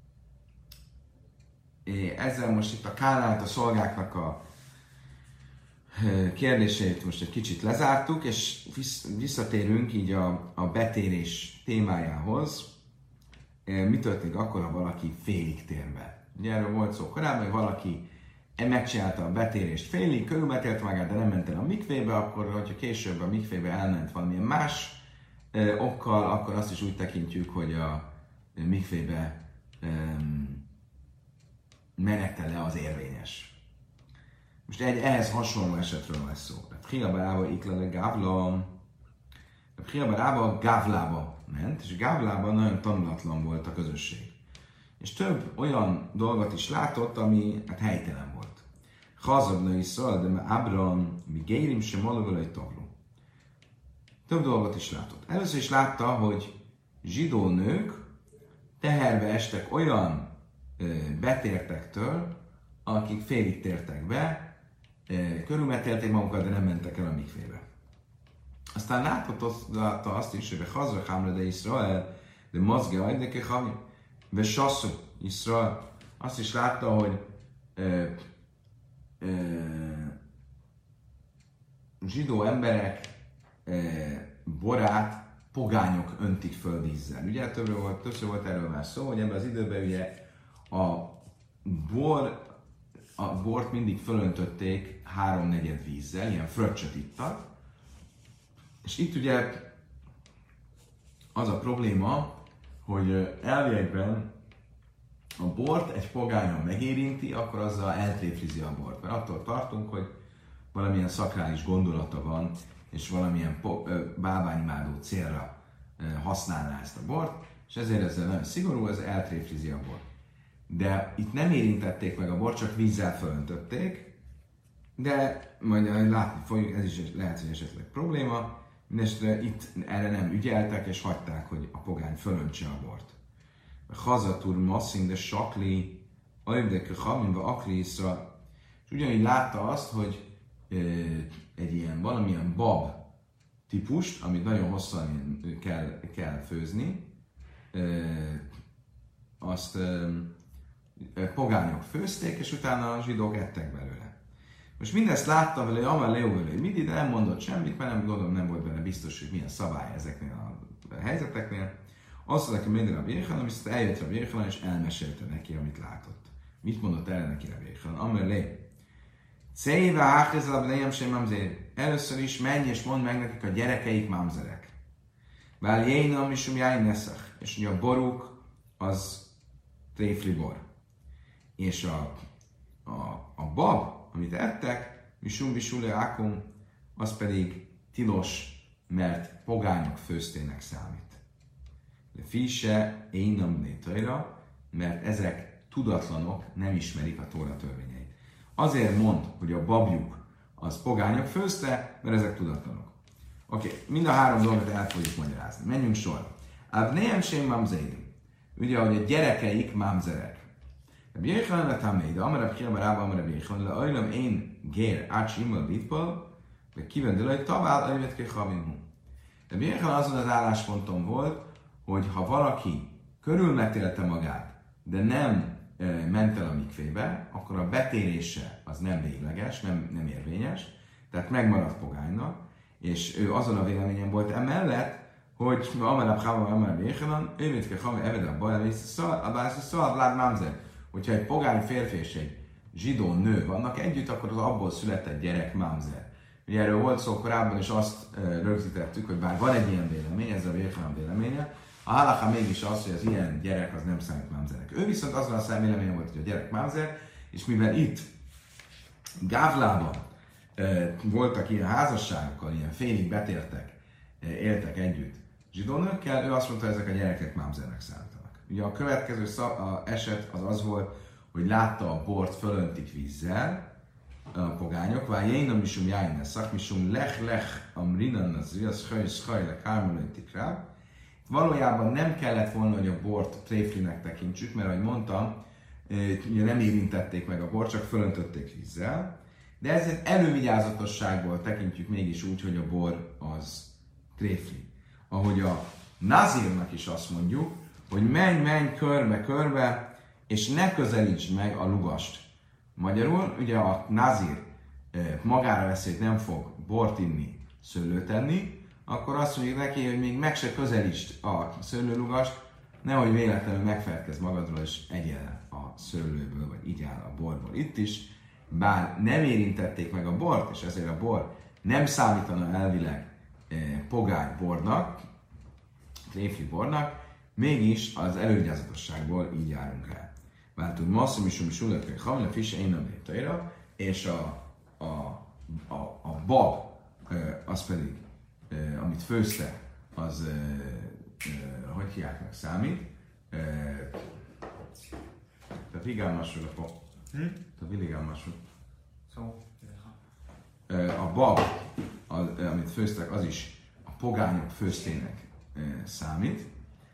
Ezzel most itt a Kánált, a szolgáknak a kérdéseit most egy kicsit lezártuk, és visszatérünk így a, a betérés témájához. Mi történik akkor, ha valaki félig tér be? Ugye erről volt szó korábban, hogy valaki megcsinálta a betérést félig, körülbetélt magát, de nem ment el a mikvébe, akkor, hogyha később a mikvébe elment valamilyen más ö, okkal, akkor azt is úgy tekintjük, hogy a mikvébe ö, menetele az érvényes. Most egy ehhez hasonló esetről lesz szó. A Priabarába iklale Gávla, a Priabarába Gávlába ment, és Gávlában nagyon tanulatlan volt a közösség. És több olyan dolgot is látott, ami hát helytelen volt. Chazabna is szól, de mert Ábram, mi gérim sem alulai taglu. Több dolgot is látott. Először is látta, hogy zsidó nők teherbe estek olyan ö, betértektől, akik félig tértek be, körülmetélték magukat, de nem mentek el a mikvébe. Aztán látott, látta azt is, hogy Hazra Hamra de Israel, de Mazge Ajdeke Hamim, ve Sasszú Israel. Azt is látta, hogy ö, ö, zsidó emberek ö, borát pogányok öntik föl vízzel. Ugye többször volt, többször volt erről már szó, hogy ebben az időben ugye a bor a bort mindig fölöntötték háromnegyed vízzel, ilyen fröccsöt ittak. És itt ugye az a probléma, hogy elviekben a bort egy pogányon megérinti, akkor azzal eltréflizi a bort. Mert attól tartunk, hogy valamilyen szakrális gondolata van, és valamilyen bálványimádó célra használná ezt a bort, és ezért ezzel nagyon szigorú, ez eltréflizi a bort. De itt nem érintették meg a bort, csak vízzel fölöntötték, de majd látni fogjuk, ez is lehet, hogy esetleg probléma, mindesetre itt erre nem ügyeltek, és hagyták, hogy a pogány fölöntse a bort. Hazatur masszing de sakli, ajvdeke haminva akriszra, és ugyanígy látta azt, hogy e, egy ilyen valamilyen bab típust, amit nagyon hosszan kell, kell főzni, e, azt e, pogányok főzték, és utána a zsidók ettek belőle. Most mindezt látta vele, amár Leó vele, mindig, de nem mondott semmit, mert nem gondolom, nem volt benne biztos, hogy milyen szabály ezeknél a helyzeteknél. Azt mondta, hogy minden a Jéhanan, viszont eljött a Jéhanan, és elmesélte neki, amit látott. Mit mondott el neki a Jéhanan? Amár Leó. Céve hákezel a lejem sem mamzér. Először is menj és mondd meg nekik a gyerekeik mamzerek. Vál jéna, misum jáj neszach. És ugye a boruk az tréfli bor. És a, a, a bab, amit ettek, misum bisule akum, az pedig tilos, mert pogányok főztének számít. De fise énam nétajra, mert ezek tudatlanok, nem ismerik a Tóra törvényeit. Azért mond, hogy a babjuk az pogányok főzte, mert ezek tudatlanok. Oké, okay, mind a három dolgot el fogjuk magyarázni. Menjünk sorra. Abnéhem sem mamzeidim. Ugye, hogy a gyerekeik mámzerek. Rabbi Jéhanan a Taméd, amara Priabar Rába, amara Rabbi Jéhanan, le ajlom én gér ács immel bitpal, de kivendel, hogy tavál ajvetké havinhu. Rabbi Jéhanan azon az állásponton volt, hogy ha valaki körülmetélte magát, de nem e, ment el a mikvébe, akkor a betérése az nem végleges, nem, nem érvényes, tehát megmaradt pogánynak, és ő azon a véleményen volt emellett, hogy amara Priabar Rába, amara Rabbi Jéhanan, ő vitke havi eved a baj, a bász szal, vlád mámzer. Hogyha egy pogány férfi és egy zsidó nő vannak együtt, akkor az abból született gyerek mamzer. Ugye erről volt szó korábban, és azt e, rögzítettük, hogy bár van egy ilyen vélemény, ez a Jéhanan véleménye, a halacha mégis az, hogy az ilyen gyerek az nem számít mamzerek. Ő viszont azon a szemvéleményen volt, hogy a gyerek mamzer, és mivel itt Gávlában e, voltak ilyen házasságokkal, ilyen félig betértek, e, éltek együtt zsidó nőkkel, ő azt mondta, hogy ezek a gyerekek mamzernek számítanak. Ugye a következő szab, a eset az az volt, hogy látta a bort fölöntik vízzel, a pogányok, vár jéna misum jájna szak, misum lech lech amrinan az riasz haj szhaj le kármelőtik rá. Valójában nem kellett volna, hogy a bort tréflinek tekintsük, mert ahogy mondtam, ugye nem érintették meg a bort, csak fölöntötték vízzel, de ezért elővigyázatosságból tekintjük mégis úgy, hogy a bor az tréfli. Ahogy a nazírnak is azt mondjuk, hogy menj, menj körbe-körbe, és ne közelítsd meg a lugast. Magyarul, ugye a nazír magára veszi, hogy nem fog bort inni, szőlőt enni, akkor azt mondjuk neki, hogy még meg se közelítsd a szőlőlugast, nehogy véletlenül megfelelkezz magadról, és egyél a szőlőből, vagy igyál a borból. Itt is, bár nem érintették meg a bort, és ezért a bor nem számítana elvileg pogány bornak, tréfli bornak, mégis az elővigyázatosságból így járunk el. Váltunk masszum is, hogy sullatkai hamle, fisse, én nem lépteira, és a, a, a, a bab, az pedig, amit főzte, az, hogy hívják meg, számít. Tehát vigámmasról a pap. Tehát vigámmasról. A bab, az, amit főztek, az is a pogányok főztének számít.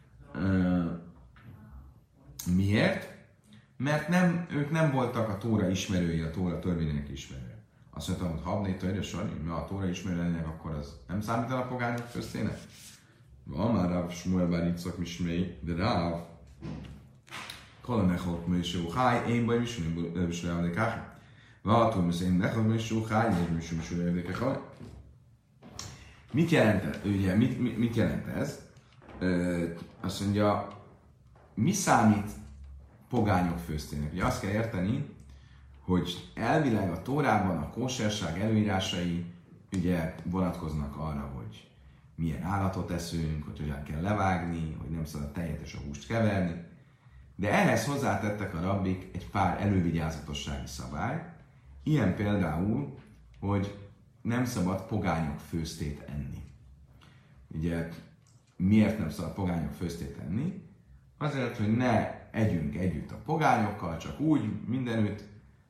Miért? Mert nem, ők nem voltak a Tóra ismerői, a Tóra törvényének ismerői. Azt mondtam, hogy ha abné törje sorry, mert a Tóra ismerő lennének, akkor az nem számít el a pogányok főztének? Van már Ráv Smuel bár így szak mismei, de Ráv Kalanechot Mésó Háj, én baj mismei Avdékáhi. Valatul mismei Nechot Mésó Háj, én mismei Avdékáhi. Mit jelent, ugye, mit, mit, mit jelent ez? Ö, azt mondja, mi számít pogányok főztének? Ugye azt kell érteni, hogy elvileg a Tórában a kóserság előírásai ugye vonatkoznak arra, hogy milyen állatot eszünk, hogy hogyan kell levágni, hogy nem szabad tejet és a húst keverni. De ehhez hozzátettek a rabbik egy pár elővigyázatossági szabály. Ilyen például, hogy nem szabad pogányok főztét enni. Ugye miért nem szabad pogányok főztét enni? Azért, hogy ne együnk együtt a pogányokkal, csak úgy, mindenütt,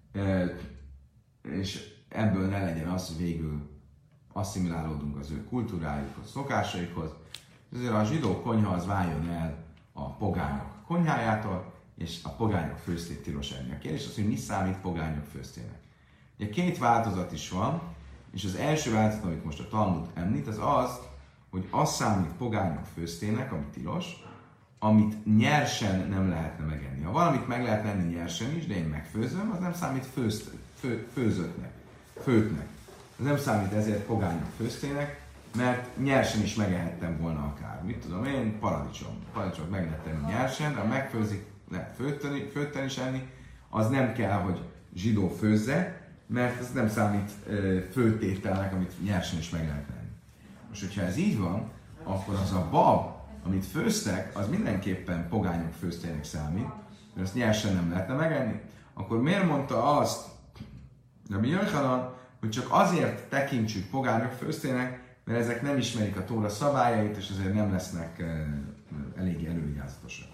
és ebből ne legyen az, hogy végül asszimilálódunk az ő kultúrájukhoz, szokásaikhoz. Ezért a zsidó konyha az váljon el a pogányok konyhájától, és a pogányok főztét tilos enni. A kérdés az, hogy mi számít pogányok főztének. Ugye két változat is van, és az első változat, amit most a Talmud említ, az az, hogy az számít pogányok főztének, ami tilos, amit nyersen nem lehetne megenni. Ha valamit meg lehet enni nyersen is, de én megfőzöm, az nem számít főzt, fő, főzöttnek, főtnek. Ez nem számít ezért pogányok főztének, mert nyersen is megehettem volna akár. Mit tudom én, paradicsom. Paradicsomot meg lehet tenni nyersen, de ha megfőzik, lehet főteni, főtten is enni, az nem kell, hogy zsidó főzze, mert ez nem számít uh, főtételnek, amit nyersen is meg lehet enni. Most, hogyha ez így van, akkor az a bab, amit főztek, az mindenképpen pogányok főztének számít, mert azt nyersen nem lehetne megenni. Akkor miért mondta azt, Rabbi Yochanan, hogy csak azért tekintsük pogányok főztének, mert ezek nem ismerik a Tóra szabályait, és ezért nem lesznek uh, eléggé elővigyázatosak.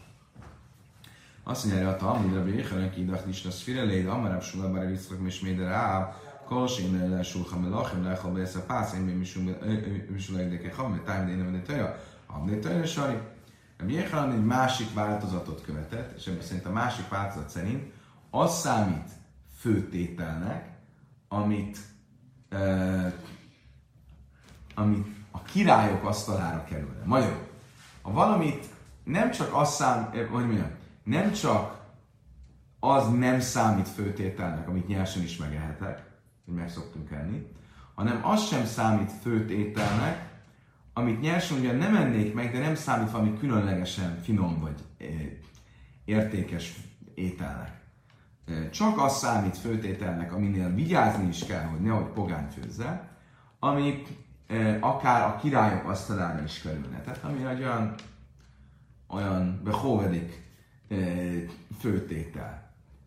Azt mondja, hogy a Talmud Rabbi Yochanan kidach nisna szfireléd, amarab sulabára viszlak misméder áv, kolsén le sulcha melachim lechal beesz a pász, én még misulajdeké ham, mert tájm déne van taja, hamné taja sari. Rabbi Yochanan egy másik változatot követett, és ebben szerint a másik változat szerint az számít főtételnek, amit, uh, amit a királyok asztalára kerülne. Magyarul, ha valamit nem csak az szám, hogy mondjam, nem csak az nem számít főtételnek, amit nyersen is megehetek, hogy meg szoktunk enni, hanem az sem számít főtételnek, amit nyersen ugyan nem ennék meg, de nem számít valami különlegesen finom vagy értékes ételnek. Csak az számít főtételnek, aminél vigyázni is kell, hogy nehogy pogány főzze, ami akár a királyok asztalára is kerülne. Tehát ami olyan, olyan behóvedik főtétel.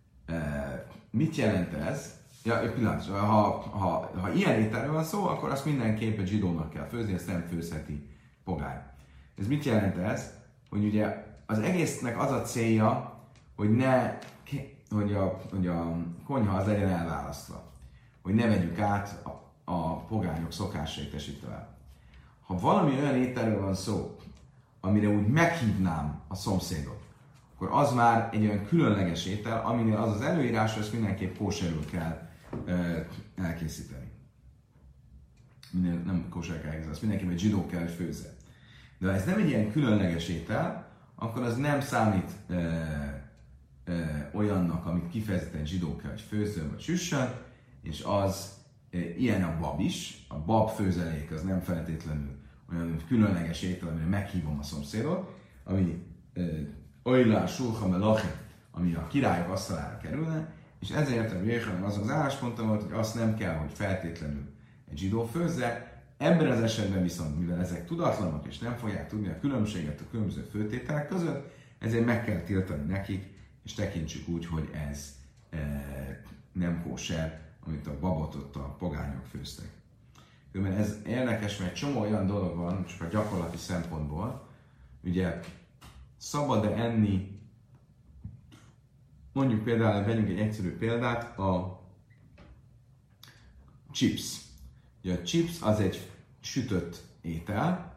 Mit jelent ez? Ja, pillanat, ha, ha, ha ilyen ételről van szó, akkor azt mindenképpen zsidónak kell főzni, ezt nem főzheti pogány. Ez mit jelent ez? Hogy ugye az egésznek az a célja, hogy ne, hogy a, hogy a konyha az legyen elválasztva. hogy ne vegyük át a, a pogányok szokásait, és így tovább. Ha valami olyan ételről van szó, amire úgy meghívnám a szomszédot, akkor az már egy olyan különleges étel, aminél az az előírás, hogy ezt mindenképp kóserül kell ö, elkészíteni. Minél nem kóser kell elkészíteni, azt mindenképp egy zsidó kell, hogy főzze. De ha ez nem egy ilyen különleges étel, akkor az nem számít ö, ö, olyannak, amit kifejezetten zsidó kell, hogy főzzön vagy süssön, és az ö, ilyen a bab is. A bab főzelék az nem feltétlenül olyan különleges étel, amire meghívom a szomszédot, ami Oilá, Sulcha, Melachim, ami a királyok asztalára kerülne, és ezért a Jéhán az az állásponta volt, hogy azt nem kell, hogy feltétlenül egy zsidó főzze. Ebben az esetben viszont, mivel ezek tudatlanok, és nem fogják tudni a különbséget a különböző főtételek között, ezért meg kell tiltani nekik, és tekintsük úgy, hogy ez e, nem kóser, amit a babot ott a pogányok főztek. Mert ez érdekes, mert egy csomó olyan dolog van, csak a gyakorlati szempontból, ugye szabad-e enni, mondjuk például, vegyünk egy egyszerű példát, a chips. Ugye a chips az egy sütött étel,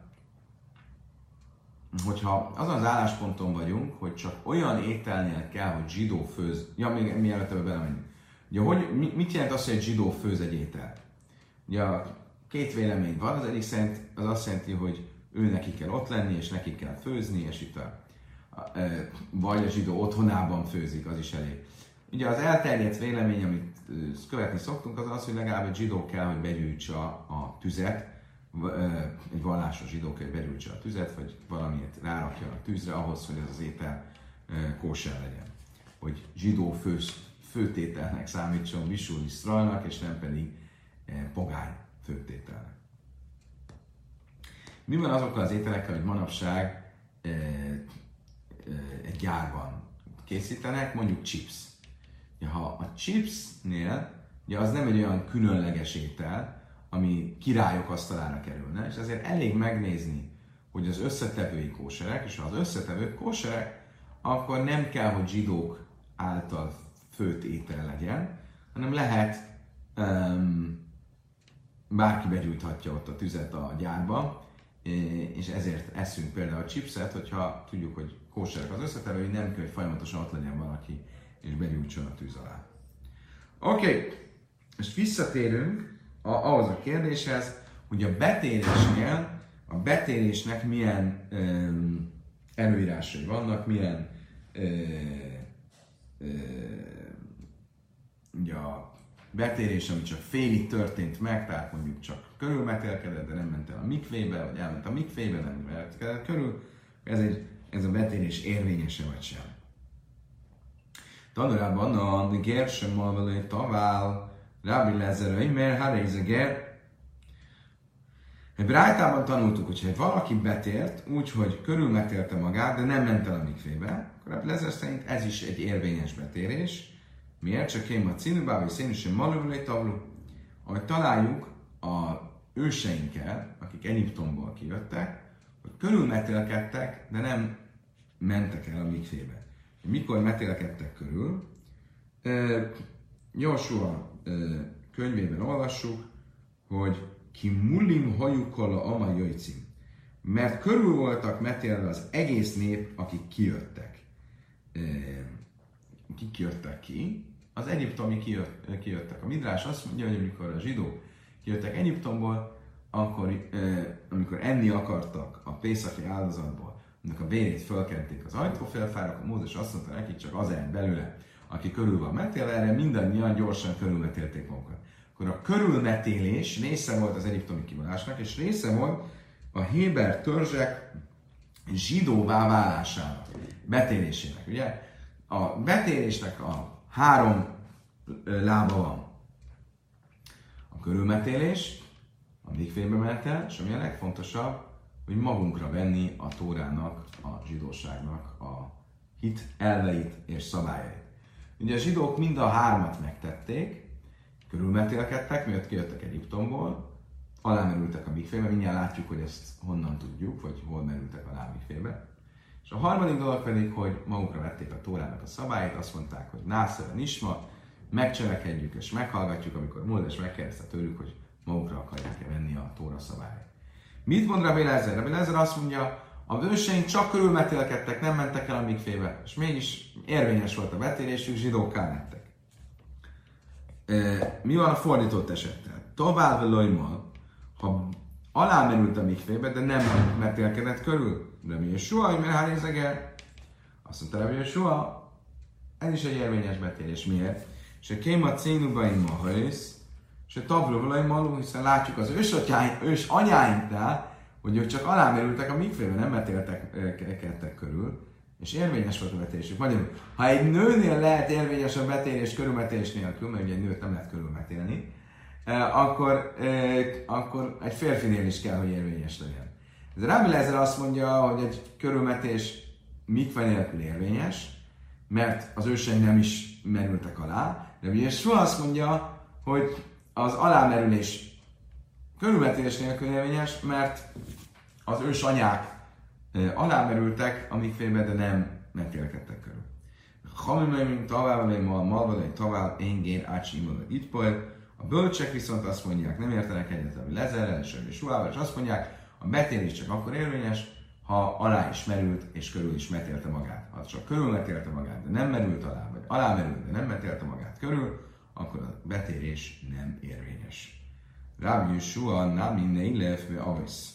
hogyha azon az állásponton vagyunk, hogy csak olyan ételnél kell, hogy zsidó főz, ja, még mielőtt ebbe belemegyünk. Ugye, hogy, mit jelent az, hogy egy zsidó főz egy étel? Ugye két vélemény van, az egyik szerint az azt jelenti, hogy ő neki kell ott lenni, és neki kell főzni, és itt a, vagy a zsidó otthonában főzik, az is elég. Ugye az elterjedt vélemény, amit követni szoktunk, az az, hogy legalább egy zsidó kell, hogy begyújtsa a tüzet, egy vallásos zsidó kell, hogy begyújtsa a tüzet, vagy valamiért rárakja a tűzre ahhoz, hogy ez az étel kóser legyen. Hogy zsidó fő, főtételnek számítson Bisul Iszraelnak, és nem pedig pogány főtételnek. Mi van azokkal az ételekkel, hogy manapság e, e, egy gyárban készítenek, mondjuk chips. Ja, ha a chipsnél, ugye az nem egy olyan különleges étel, ami királyok asztalára kerülne, és ezért elég megnézni, hogy az összetevői kóserek, és ha az összetevők kóserek, akkor nem kell, hogy zsidók által főtt étel legyen, hanem lehet, um, bárki begyújthatja ott a tüzet a gyárba, és ezért eszünk például a chipset, hogyha tudjuk, hogy kóserek az összetevői, nem kell, hogy folyamatosan ott legyen valaki, és begyújtson a tűz alá. Oké, okay. Most visszatérünk a, ahhoz a kérdéshez, hogy a betérésnél, a betérésnek milyen um, előírásai vannak, milyen uh, uh, ugye a betérés, ami csak félig történt meg, tehát mondjuk csak körülmetélkedett, de nem ment el a mikvébe, vagy elment a mikvébe, nem metélkedett körül, ez, egy, ez a betérés érvényese vagy sem. Tanulában a ger sem malvelő tavál, Rabbi Lezerői, mert Haréze ger. Brájtában tanultuk, hogy ha valaki betért úgy, hogy körülmetélte magát, de nem ment el a mikvébe, akkor Rabbi Lezer szerint ez is egy érvényes betérés. Miért? Csak én a cinubá, vagy szén is sem malövülé tavlu. Ahogy találjuk a őseinkkel, akik Egyiptomból kijöttek, hogy körülmetélkedtek, de nem mentek el a mikvébe. Mikor metélkedtek körül? Jósua könyvében olvassuk, hogy ki mullim hajukala ama jöjcim. Mert körül voltak metélve az egész nép, akik kijöttek. Kik jöttek ki? Az egyiptomi kijött, kijöttek. A Midrás azt mondja, hogy amikor a zsidók kijöttek Egyiptomból, akkor amikor enni akartak a pészaki áldozatból, annak a vérét fölkenték az ajtófélfára, akkor Mózes azt mondta nekik, csak az el belőle, aki körül van metélve, erre mindannyian gyorsan körülmetélték magukat. Akkor a körülmetélés része volt az egyiptomi kivonásnak, és része volt a héber törzsek zsidóvá válásának, betélésének. Ugye? A betérésnek a három lába van. A körülmetélés, a mikvébe menetel, és ami a legfontosabb, hogy magunkra venni a Tórának, a zsidóságnak a hit elveit és szabályait. Ugye a zsidók mind a hármat megtették, körülmetélkedtek, miatt kijöttek Egyiptomból, alámerültek a mikvébe, mindjárt látjuk, hogy ezt honnan tudjuk, vagy hol merültek alá a mikvébe. És a harmadik dolog pedig, hogy magukra vették a Tórának a szabályait, azt mondták, hogy nászere nisma, megcselekedjük és meghallgatjuk, amikor Mózes megkérdezte tőlük, hogy magukra akarják-e venni a Tóra szabályt. Mit mond Rabbi Lezer? Rabbi Lezer azt mondja, a őseink csak körülmetélkedtek, nem mentek el a mikvébe, és mégis érvényes volt a betérésük, zsidókká lettek. E, mi van a fordított esettel? Tovább lojmal, ha alámerült a mikvébe, de nem metélkedett körül, Rabbi Yeshua, mert hárézeger, azt mondta Rabbi Yeshua, ez is egy érvényes betérés. Miért? És a kéma cénubaim ma hajsz, és a tablóvalai malú, hiszen látjuk az ős anyáinknál, hogy ők csak alámerültek a mikvébe, nem metéltek körül, és érvényes volt a betérésük. Magyarul, ha egy nőnél lehet érvényes a betérés körülmetélés nélkül, mert ugye egy nőt nem lehet körülmetélni, akkor, akkor egy férfinél is kell, hogy érvényes legyen. Ez Rabbi Lezer azt mondja, hogy egy körülmetés mikve nélkül érvényes, mert az őseink nem is merültek alá, de ugye Yeshua azt mondja, hogy az alámerülés körülmetélés nélkül érvényes, mert az ős anyák alámerültek a mikvébe, de nem metélkedtek körül. Hamimai, tavával, malvadai, tavál, engén, ácsimolva, itt pojl. A bölcsek viszont azt mondják, nem értenek egyet, ami Lezerrel és Yeshuával, és azt mondják, a betérés csak akkor érvényes, ha alá is merült, és körül is metélte magát. Ha csak körül metélte magát, de nem merült alá, vagy alá merült, de nem metélte magát körül, akkor a betérés nem érvényes. Rabbi Yeshua nami neilef ve avisz.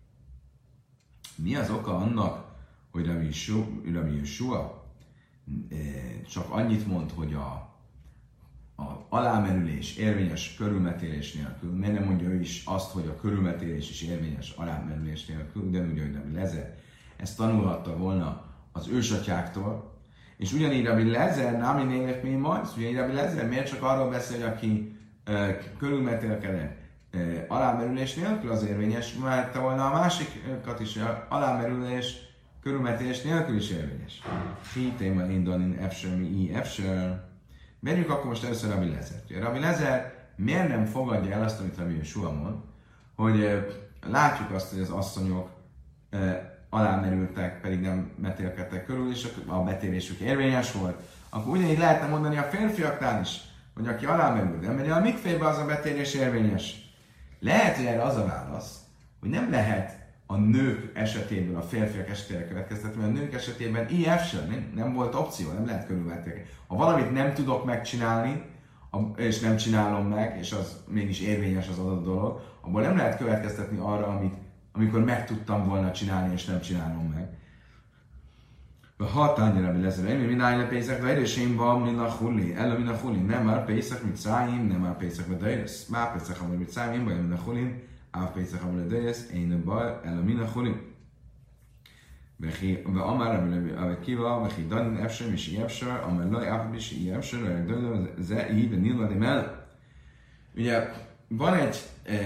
Mi az oka annak, hogy Rabbi Yeshua csak annyit mond, hogy a, a alámerülés érvényes körülmetélés nélkül, miért nem mondja ő is azt, hogy a körülmetélés is érvényes alámerülés nélkül, de ugye, hogy Rabbi Lezer ezt tanulhatta volna az ősatyáktól, és ugyanígy Rabbi Lezer, nami neilef mi majd, ugyanígy Rabbi Lezer miért csak arról beszél, hogy aki uh, körülmetélkedett uh, alámerülés nélkül az érvényes, mert volna a másikat is alámerülés körülmetélés nélkül is érvényes. Hitéma indonin efser mi i efser. Menjünk akkor most először Rabbi Lezert. Rabbi Lezer miért nem fogadja el azt, amit Rabbi Yeshua mond, hogy uh, látjuk azt, hogy az asszonyok uh, alámerültek, pedig nem metélkedtek körül, és a betérésük érvényes volt, akkor ugyanígy lehetne mondani a férfiaknál is, hogy aki alámerül, de megy a mikvébe, az a betérés érvényes. Lehet, hogy erre az a válasz, hogy nem lehet a nők esetében a férfiak esetére következtetni, mert a nők esetében i ef sem, nem, nem volt opció, nem lehet körülmetélkedni. Ha valamit nem tudok megcsinálni, és nem csinálom meg, és az mégis érvényes az adott dolog, abból nem lehet következtetni arra, amit amikor meg tudtam volna csinálni, és nem csinálom meg. A hatányra, Rabbi Lezer, én mind állj le Pészak, de erősém van, mint a hulli. Ella, mint a hulli. Nem már Pészak, mint szájim, nem már Pészak, mint a érsz. Már Pészak, amely mit szájim, baj, mint a hullin. Áv Pészak, amely a érsz. Én a baj, ella, mint a hulli. Ve amár, Rabbi Kiva, vechi danin efser, misi efser, amely laj, áv, misi efser, olyan dőlöm, ze, így, nilvadi mell. Ugye, van egy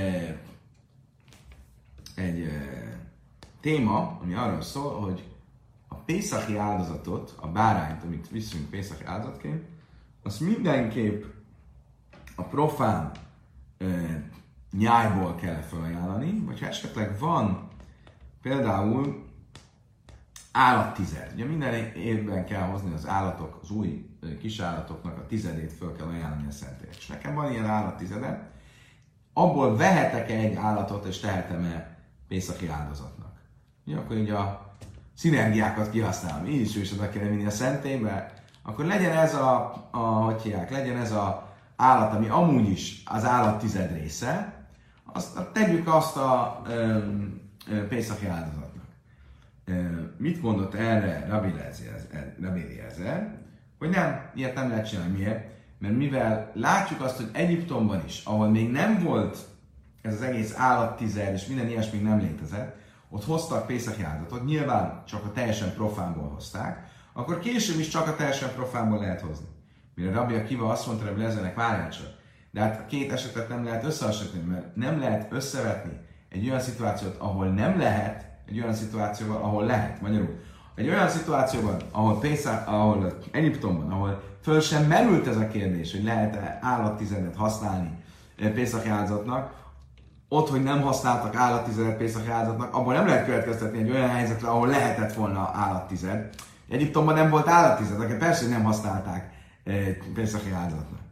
egy e, téma, ami arról szól, hogy a pészachi áldozatot, a bárányt, amit viszünk pészachi áldozatként, azt mindenképp a profán e, nyájból kell felajánlani, vagy ha esetleg van például állattized. Ugye minden évben kell hozni az állatok, az új kisállatoknak a tizedét föl kell ajánlani a szentélyek. És nekem van ilyen állattizede, abból vehetek-e egy állatot, és tehetem-e pészaki áldozatnak. Ja, akkor így a szinergiákat kihasználom. Így is is oda kell vinni a szentélybe. Akkor legyen ez a, a hogy hívják, legyen ez a állat, ami amúgy is az állat tized része, azt tegyük azt a pészaki áldozatnak. Ö, mit mondott erre Rabbi Lezer? Hogy nem, ilyet nem lehet csinálni. Miért? Mert mivel látjuk azt, hogy Egyiptomban is, ahol még nem volt ez az egész állattized, és minden ilyesmi nem létezett, ott hoztak pészaki áldozatot, nyilván csak a teljesen profánból hozták, akkor később is csak a teljesen profánból lehet hozni. Mire Rabbi Akiva azt mondta Rabbi Lezernek, várjál csak, de hát a két esetet nem lehet összehasonlítani, mert nem lehet összevetni egy olyan szituációt, ahol nem lehet, egy olyan szituációval, ahol lehet. Magyarul, egy olyan szituációban, ahol, Pészak, ahol Egyiptomban, ahol föl sem merült ez a kérdés, hogy lehet-e állattizedet használni pészaki áldozatnak, ott, hogy nem használtak állattizedet pészaki áldozatnak, abban nem lehet következtetni egy olyan helyzetre, ahol lehetett volna állattized. Egyiptomban nem volt állattized, akik persze nem használták pészaki áldozatnak.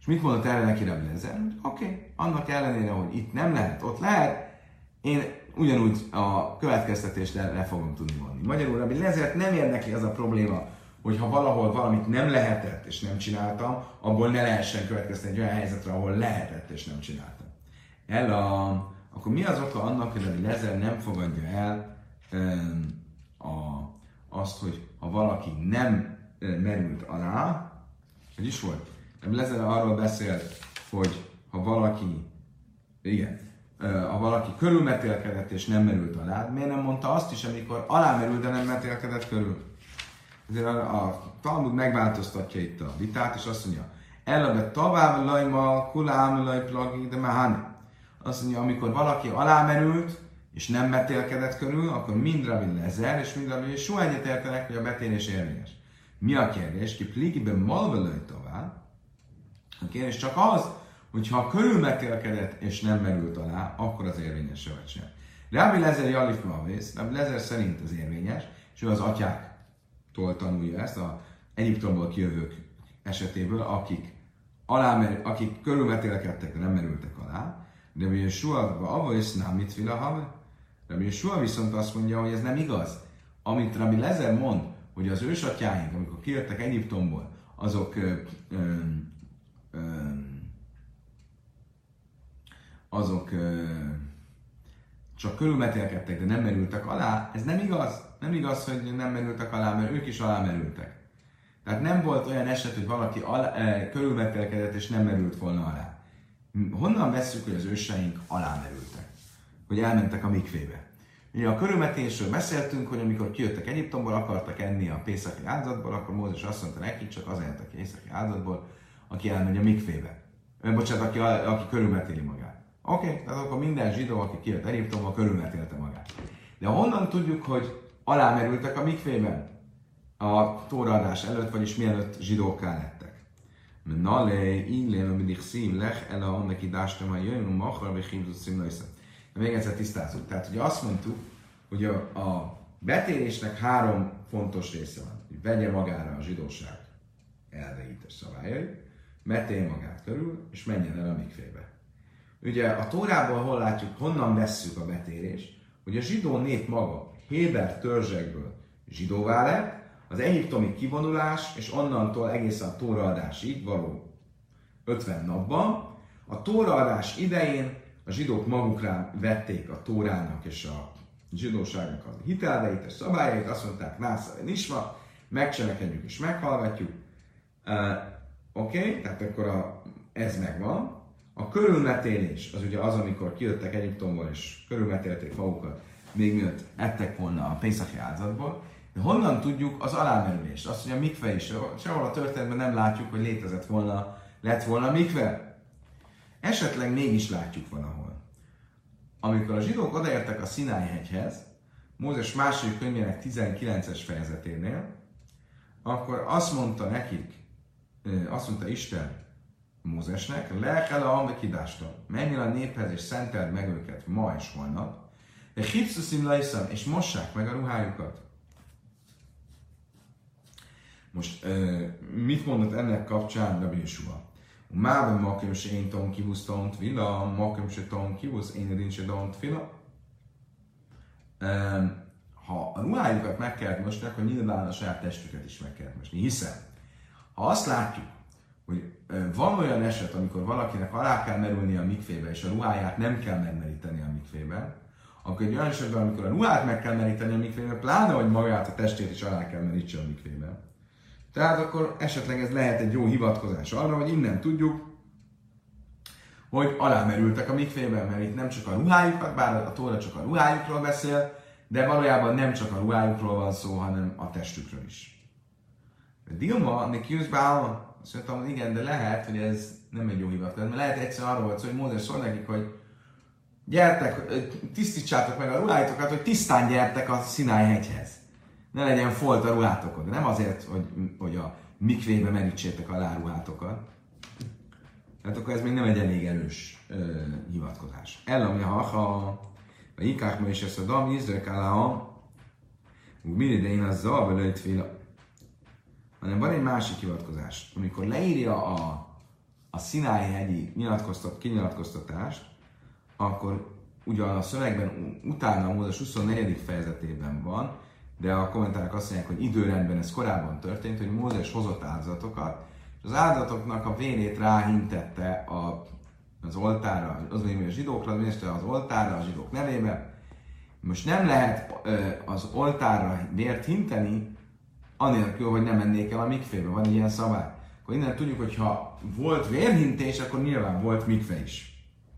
És mit mondott erre neki Rabbi Lezer? Oké, okay, annak ellenére, hogy itt nem lehet, ott lehet, én ugyanúgy a következtetést le, le fogom tudni vonni. Magyarul Rabbi Lezert nem érdekli az a probléma, hogy ha valahol valamit nem lehetett és nem csináltam, abból ne lehessen következtetni egy olyan helyzetre, ahol lehetett és nem csináltam. El a, akkor mi az oka annak, hogy Rabbi Lezer nem fogadja el um, a, azt, hogy ha valaki nem um, merült alá, hogy is volt? Rabbi Lezer arról beszélt, hogy ha valaki, igen, ha valaki körülmetélkedett és nem merült alá, miért nem mondta azt is, amikor alámerült, de nem metélkedett körül? Ezért a, a Talmud megváltoztatja itt a vitát, és azt mondja, elabett tovább lajma, kulám laj plagi, de mahani. Azt mondja, amikor valaki alámerült, és nem metélkedett körül, akkor mind Rabbi Lezer, és mind Rabbi Jesua egyetértenek, hogy a betérés érvényes. Mi a kérdés? Ki pligiben malva laj tovább? A kérdés csak az, hogyha körülmetélkedett és nem merült alá, akkor az érvényes vagy sem. Rabbi Lezer Jalif Mavész, Rabbi Lezer szerint az érvényes, és ő az atyáktól tanulja ezt, az Egyiptomból kijövők esetéből, akik, alámer, akik körülmetélkedtek, de nem merültek alá. Rabbi Jesua Mavész nem mit vilahave. Rabbi Jesua viszont azt mondja, hogy ez nem igaz. Amit Rabbi Lezer mond, hogy az ősatyáink, amikor kijöttek Egyiptomból, azok ö, ö, ö, azok ö, csak körülmetélkedtek, de nem merültek alá, ez nem igaz. Nem igaz, hogy nem merültek alá, mert ők is alámerültek. Tehát nem volt olyan eset, hogy valaki alá, ö, körülmetélkedett és nem merült volna alá. Honnan vesszük, hogy az őseink alámerültek? Hogy elmentek a mikvébe? Ugye a körülmetésről beszéltünk, hogy amikor kijöttek Egyiptomból, akartak enni a pészaki áldozatból, akkor Mózes azt mondta nekik, csak az ennek a pészaki áldozatból, aki elmegy a mikvébe. Ö, bocsánat, aki, aki körülmetéli magát. Oké, okay, tehát akkor minden zsidó, aki kijött Egyiptomból, körülmetélte magát. De honnan tudjuk, hogy alámerültek a mikvében a tóraadás előtt, vagyis mielőtt zsidókká lettek? Nalé, illém, mindig szív, lech, ele, annak idástam, ha jöjjön, machar, vagy hívzott szimlajszem. De még egyszer tisztázunk. Tehát ugye azt mondtuk, hogy a, a betérésnek három fontos része van. Hogy vegye magára a zsidóság elveit és szabályai, metélje magát körül, és menjen el a mikvébe. Ugye a Tórából hol látjuk, honnan vesszük a betérést, hogy a zsidó nép maga Héber törzsekből zsidóvá lett, az egyiptomi kivonulás, és onnantól egészen a tóraadásig való ötven napban. A tóraadás idején a zsidók magukra vették a Tórának és a zsidóságnak a hitelveit és szabályait, azt mondták, Násza Nisma, megcselekedjük és meghallgatjuk. Uh, Oké, okay, tehát akkor a, ez megvan. A körülmetélés az ugye az, amikor kijöttek Egyiptomból és körülmetélték magukat, még mielőtt ettek volna a pészaki áldozatból. De honnan tudjuk az alámerülést? Azt, hogy a mikve is, sehol a történetben nem látjuk, hogy létezett volna, lett volna mikve. Esetleg mégis látjuk valahol. Amikor a zsidók odaértek a Szináj hegyhez, Mózes második könyvének tizenkilences fejezeténél, akkor azt mondta nekik, azt mondta Isten Mózesnek, lelkele a kidástól, menj el a néphez és szenteld meg őket ma és holnap, de hipszuszim lejszem, és mossák meg a ruhájukat. Most mit mondott ennek kapcsán Rabbi Jesua? Mában makem se én tom kivusz tont vila, makem se tom kivusz én edin se tont vila. Ha a ruhájukat meg kellett mosni, akkor nyilván a saját testüket is meg kellett mosni. Hiszen, ha azt látjuk, hogy van olyan eset, amikor valakinek alá kell merülni a mikvébe, és a ruháját nem kell megmeríteni a mikvében, akkor egy olyan esetben, amikor a ruhát meg kell meríteni a mikvében, pláne, hogy magát a testét is alá kell merítse a mikvében. Tehát akkor esetleg ez lehet egy jó hivatkozás arra, hogy innen tudjuk, hogy alámerültek a mikvében, mert itt nem csak a ruhájukat, bár a Tóra csak a ruhájukról beszél, de valójában nem csak a ruhájukról van szó, hanem a testükről is. De Dilma, neki Jüzbálma, azt mondtam, hogy igen, de lehet, hogy ez nem egy jó hivatkozás, mert lehet egyszerűen arról volt szó, hogy Mózes szól nekik, hogy gyertek, tisztítsátok meg a ruháitokat, hogy tisztán gyertek a Szináj hegyhez. Ne legyen folt a ruhátokon, de nem azért, hogy, hogy a mikvébe merítsétek alá a ruhátokat. Tehát akkor ez még nem egy elég erős ö, hivatkozás. Ellamja ha vagy ikákma is ezt a dam, ízdők alá minidén az zalvelőjt fél. Hanem van egy másik hivatkozás, amikor leírja a, a Sinai hegyi nyilatkoztat, kinyilatkoztatást, akkor ugyan a szövegben utána a Mózes huszonnegyedik fejezetében van, de a kommentárok azt mondják, hogy időrendben ez korábban történt, hogy Mózes hozott áldozatokat, és az áldozatoknak a vérét ráhintette a, az oltára, az mondjuk a zsidókra, az oltára, a zsidók nevébe. Most nem lehet az oltára vért hinteni, anélkül, hogy nem mennék el a mikvébe. Van ilyen szabály. Akkor innen tudjuk, hogy ha volt vérhintés, akkor nyilván volt mikve is.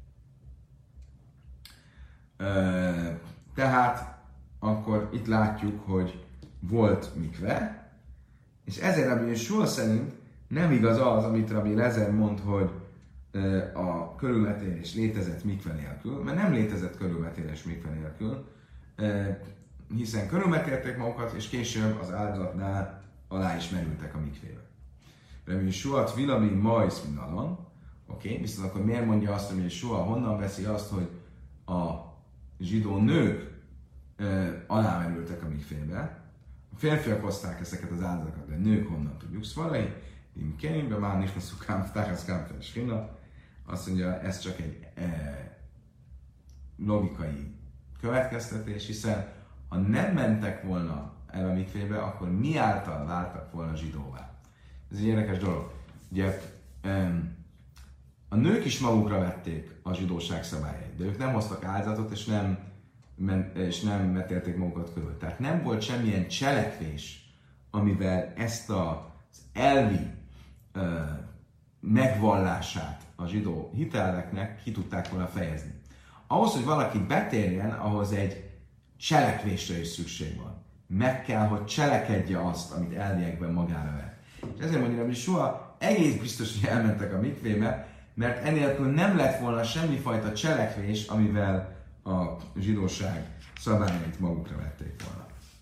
Tehát akkor itt látjuk, hogy volt mikve, és ezért Rabbi Jesúa szerint nem igaz az, amit Rabbi Lezer mond, hogy a körülmetélés létezett mikve nélkül, mert nem létezett körülmetélés mikve nélkül, hiszen körülmetélték magukat, és később az áldozatnál alá is merültek a mikvébe. Rabbi Jesúa tvilami majsz minalon, oké, okay, viszont akkor miért mondja azt, hogy Jesúa honnan veszi azt, hogy a zsidó nők alá merültek a mikvébe. A férfiak hozták ezeket az áldozatokat, de a nők honnan tudjuk. Szvarai, Im Keimbe, már nincs szukám, táhász kámfel srinna. Azt mondja, ez csak egy e, logikai következtetés, hiszen ha nem mentek volna el a mikvébe, akkor mi által váltak volna zsidóvá? Ez egy érdekes dolog. Ugye e, a nők is magukra vették a zsidóság szabályait, de ők nem hoztak áldozatot, és nem és nem metélték magukat körül. Tehát nem volt semmilyen cselekvés, amivel ezt az elvi uh, megvallását a zsidó hiteleknek ki tudták volna fejezni. Ahhoz, hogy valaki betérjen, ahhoz egy cselekvésre is szükség van. Meg kell, hogy cselekedje azt, amit elviekben magára vett. És ezért mondja, hogy soha egész biztos, hogy elmentek a mikvébe, mert enélkül nem lett volna semmifajta cselekvés, amivel a zsidóság szabályait magukra vették volna.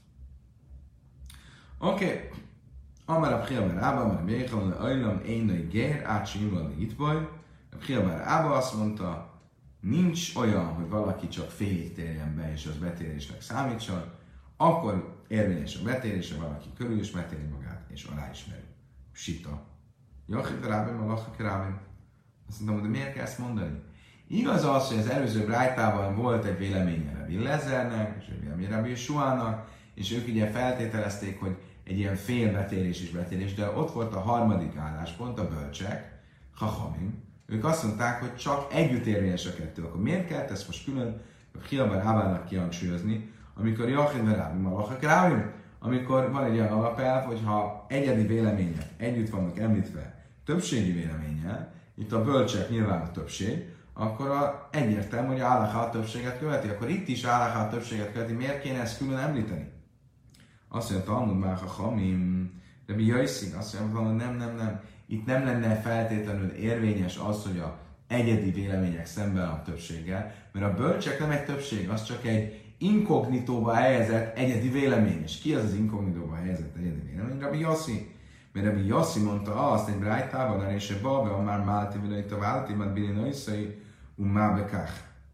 Oké. Okay. Amár a Pchilmer Ába, amár a Béchalon, a Ajlam, Énai Gér, átsimulani itt baj. A Pchilmer Ába azt mondta, nincs olyan, hogy valaki csak félig térjen be, és az betérésnek számítson, akkor érvényes a betérés, ha valaki körül is betéri magát, és alá ismeri. Sita. Jachid Rábim, a Lachak Rábim. Azt mondtam, de miért kell ezt mondani? Igaz az, hogy az előző brájtában volt egy véleménye Rabbi Lezernek, és egy véleménye Rabbi Jesúának, és ők ugye feltételezték, hogy egy ilyen félbetérés is betérés, de ott volt a harmadik álláspont, a bölcsek, Chachamim. Ők azt mondták, hogy csak együtt érvényes a kettő. Akkor miért kellett ezt most külön a Chiabar Ábának kihangsúlyozni, amikor Jachid Rábim, a Lachak Rábim, amikor van egy olyan alapelv, hogy ha egyedi vélemények együtt vannak említve többségi véleménnyel, itt a bölcsek nyilván a többség, akkor a, egyértelmű, hogy a Álaká a többséget követi. Akkor itt is Álaká a többséget követi. Miért kéne ezt külön említeni? Azt mondja, Talmud már a Hamim, de mi jöjszín? Azt mondja, hogy nem, nem, nem. Itt nem lenne feltétlenül érvényes az, hogy a egyedi vélemények szemben a többséggel, mert a bölcsek nem egy többség, az csak egy inkognitóba helyezett egyedi vélemény. És ki az az inkognitóba helyezett egyedi vélemény? Rabbi Yossi. Mert Rabbi Yossi mondta azt egy brájtában, a része balba, már málti vilajt a válti, mert bilin oiszai, um mábekach.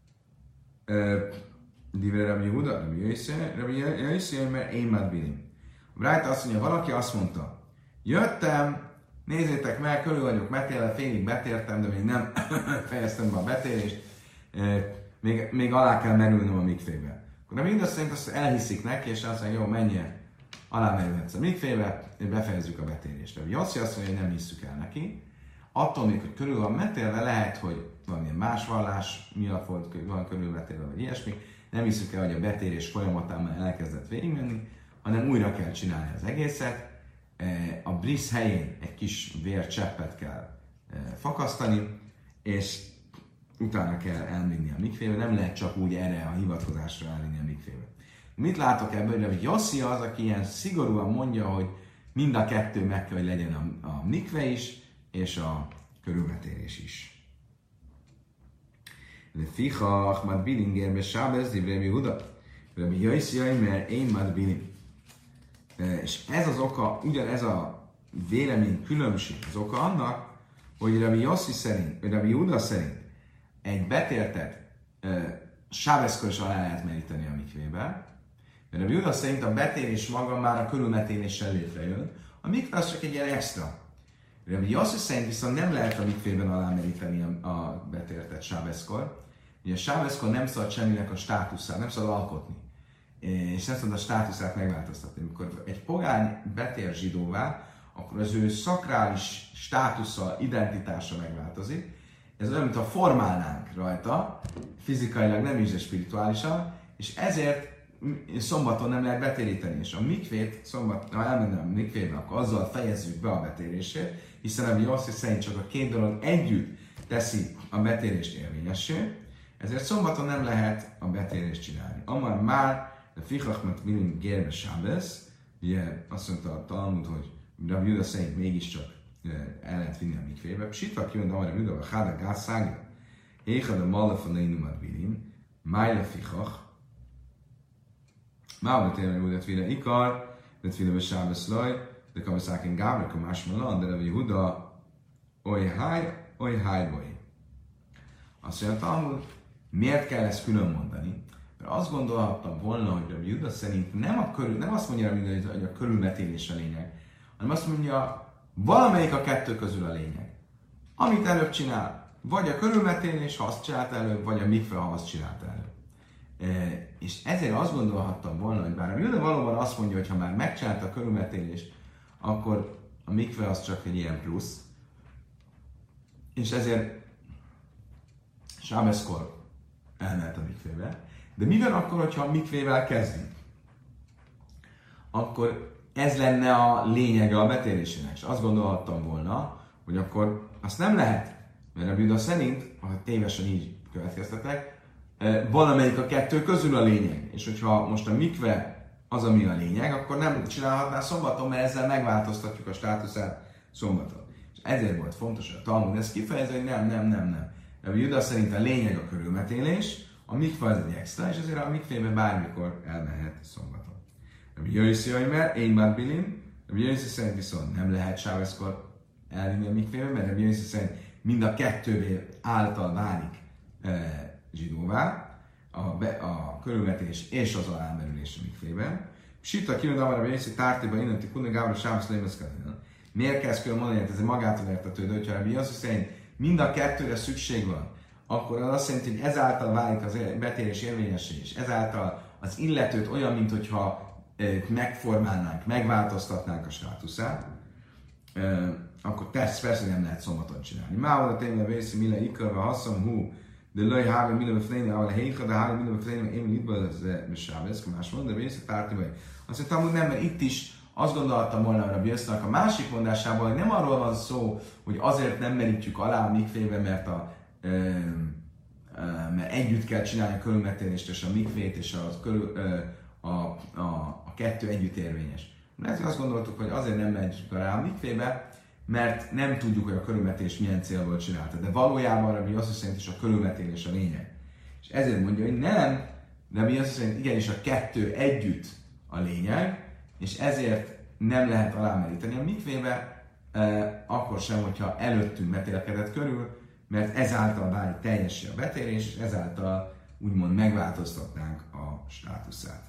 Divre Rabbi Yehuda, Rabbi Yossi, Rabbi Yossi, mert én már bilin. A brájta azt mondja, valaki azt mondta, jöttem, nézzétek meg, körül vagyok betélve, félig betértem, de még nem fejeztem be a betérést, még, még alá kell merülnöm a mikvébe. Akkor Rabbi Yehuda szerint azt elhiszik neki, és azt mondja, jó, menjél, alá merülhetsz a mikvébe, befejezzük a betérést. Rabbi Yossi azt mondja, hogy nem hisszük el neki. Attól még, hogy körül van metélve, lehet, hogy valamilyen más vallás miatt volt, van körülmetélve, vagy ilyesmi. Nem hiszük el, hogy a betérés folyamatán már elkezdett végigmenni, hanem újra kell csinálni az egészet. A brisz helyén egy kis vércseppet kell fakasztani, és utána kell elvinni a mikvébe. Nem lehet csak úgy erre a hivatkozásra elvinni a mikvébe. Mit látok ebből? Hogy Yossi az, aki ilyen szigorúan mondja, hogy mind a kettő meg kell, hogy legyen a, a mikve is, és a körülmetélés is. De ficha, Ahmad Billingerbe, Sábez, Rabbi Huda, Rabbi Yossi, mert én már Billing. És ez az oka, ugyanez a vélemény különbség az oka annak, hogy Rabbi Yossi szerint, vagy Rabbi Huda szerint egy betértet Sábezkor is alá lehet meríteni a mikvébe, mert Rabbi Huda szerint a betérés maga már a körülmetéléssel létrejön, a mikve az csak egy ilyen extra. Rabbi Yossi szerint viszont nem lehet a mikvében alámeríteni a, a betértet sábeszkor. Ugye a sábeszkor nem szabad semminek a státuszát, nem szabad alkotni. És nem szabad a státuszát megváltoztatni. Amikor egy pogány betér zsidóvá, akkor az ő szakrális státusza, identitása megváltozik. Ez olyan, mint ha formálnánk rajta, fizikailag nem is, de spirituálisan, és ezért szombaton nem lehet betéríteni. És a mikvét, szombat, ha elmennem a mikvébe, akkor azzal fejezzük be a betérését, hiszen ami azt szerint csak a két dolog együtt teszi a betérést érvényessé, ezért szombaton nem lehet a betérést csinálni. Amar már, de fichachmat minim gérbe sábesz, ugye azt mondta a Talmud, hogy Rabbi Juda szerint mégiscsak el lehet vinni a mikvébe. Sitva kijön, de Rabbi Juda, a háda gászágra, éjjel a malafa leinumat vilim, májle fichach, mába tényleg úgy lett vile ikar, lett vile besábesz laj, de kavaszáken gábra, kamás malan, de Rabbi Juda, oly háj, oly háj boly. Azt mondja, Talmud, miért kell ezt külön mondani? Mert azt gondolhattam volna, hogy Rabbi Juda szerint nem, a körül, nem azt mondja, hogy a körülmetélés a lényeg, hanem azt mondja, valamelyik a kettő közül a lényeg. Amit előbb csinál, vagy a körülmetélés, ha azt csinált előbb, vagy a mikve, ha azt csinált előbb. E, és ezért azt gondolhattam volna, hogy bár a Juda valóban azt mondja, hogy ha már megcsinálta a körülmetélést, akkor a mikve az csak egy ilyen plusz. És ezért sábeszkor elmehet a mikvébe. De mi van akkor, hogyha a mikvével kezdünk? Akkor ez lenne a lényege a betérésének. És azt gondolhattam volna, hogy akkor azt nem lehet. Mert a Juda szerint, ha tévesen így következtetek, valamelyik a kettő közül a lényeg. És hogyha most a mikve az, ami a lényeg, akkor nem csinálhatná szombaton, mert ezzel megváltoztatjuk a státuszát szombaton. És ezért volt fontos, hogy a Talmud ezt kifejezi, hogy nem, nem, nem, nem. A Juda szerint a lényeg a körülmetélés, a mikve az egy extra, és ezért a mikvébe bármikor elmehet szombaton. Rabbi Yossi Oimer, én már bilim, Rabbi Yossi szerint viszont nem lehet sábeszkor elvinni a mikvébe, mert Rabbi Yossi szerint mind a kettő által válik e, zsidóvá, a, be, a körülmetés és az alámerülés a mikvében. Sita kijön, de Rabbi Yossi tártéba innenti kunni gábra sábesz lémeszkedni. Miért kell ezt külön mondani, hogy ez magától értetődő, hogyha Rabbi Yossi szerint mind a kettőre szükség van, akkor az azt jelenti, hogy ezáltal válik az betérés érvényessé, és ezáltal az illetőt olyan, mint hogyha megformálnánk, megváltoztatnánk a státuszát, akkor persze, persze nem lehet szombaton csinálni. Mához a tényleg vészi, mille ikörve haszom, hú, de lőj háve, mille befléni, ahol héjha, de háve, mille befléni, én itt be sábesz, más mond, de vészi tárti vagy. Azt mondtam, hogy nem, mert itt is azt gondoltam volna Rabbi Yossinak a másik mondásában, hogy nem arról van szó, hogy azért nem merítjük alá a mikvébe, mert, a, e, e, mert együtt kell csinálni a körülmetélést és a mikvét, és a, körül, e, a, a, a kettő együtt érvényes. Mert azt gondoltuk, hogy azért nem merítjük alá a mikvébe, mert nem tudjuk, hogy a körülmetés milyen célból csinálta. De valójában Rabbi Yossi szerint is a körülmetélés a lényeg. És ezért mondja, hogy nem, Rabbi Yossi szerint igenis a kettő együtt a lényeg, és ezért nem lehet alámeríteni a mikvébe, eh, akkor sem, hogyha előttünk betélkedett körül, mert ezáltal válik teljesen a betérés, és ezáltal úgymond megváltoztatnánk a státuszát.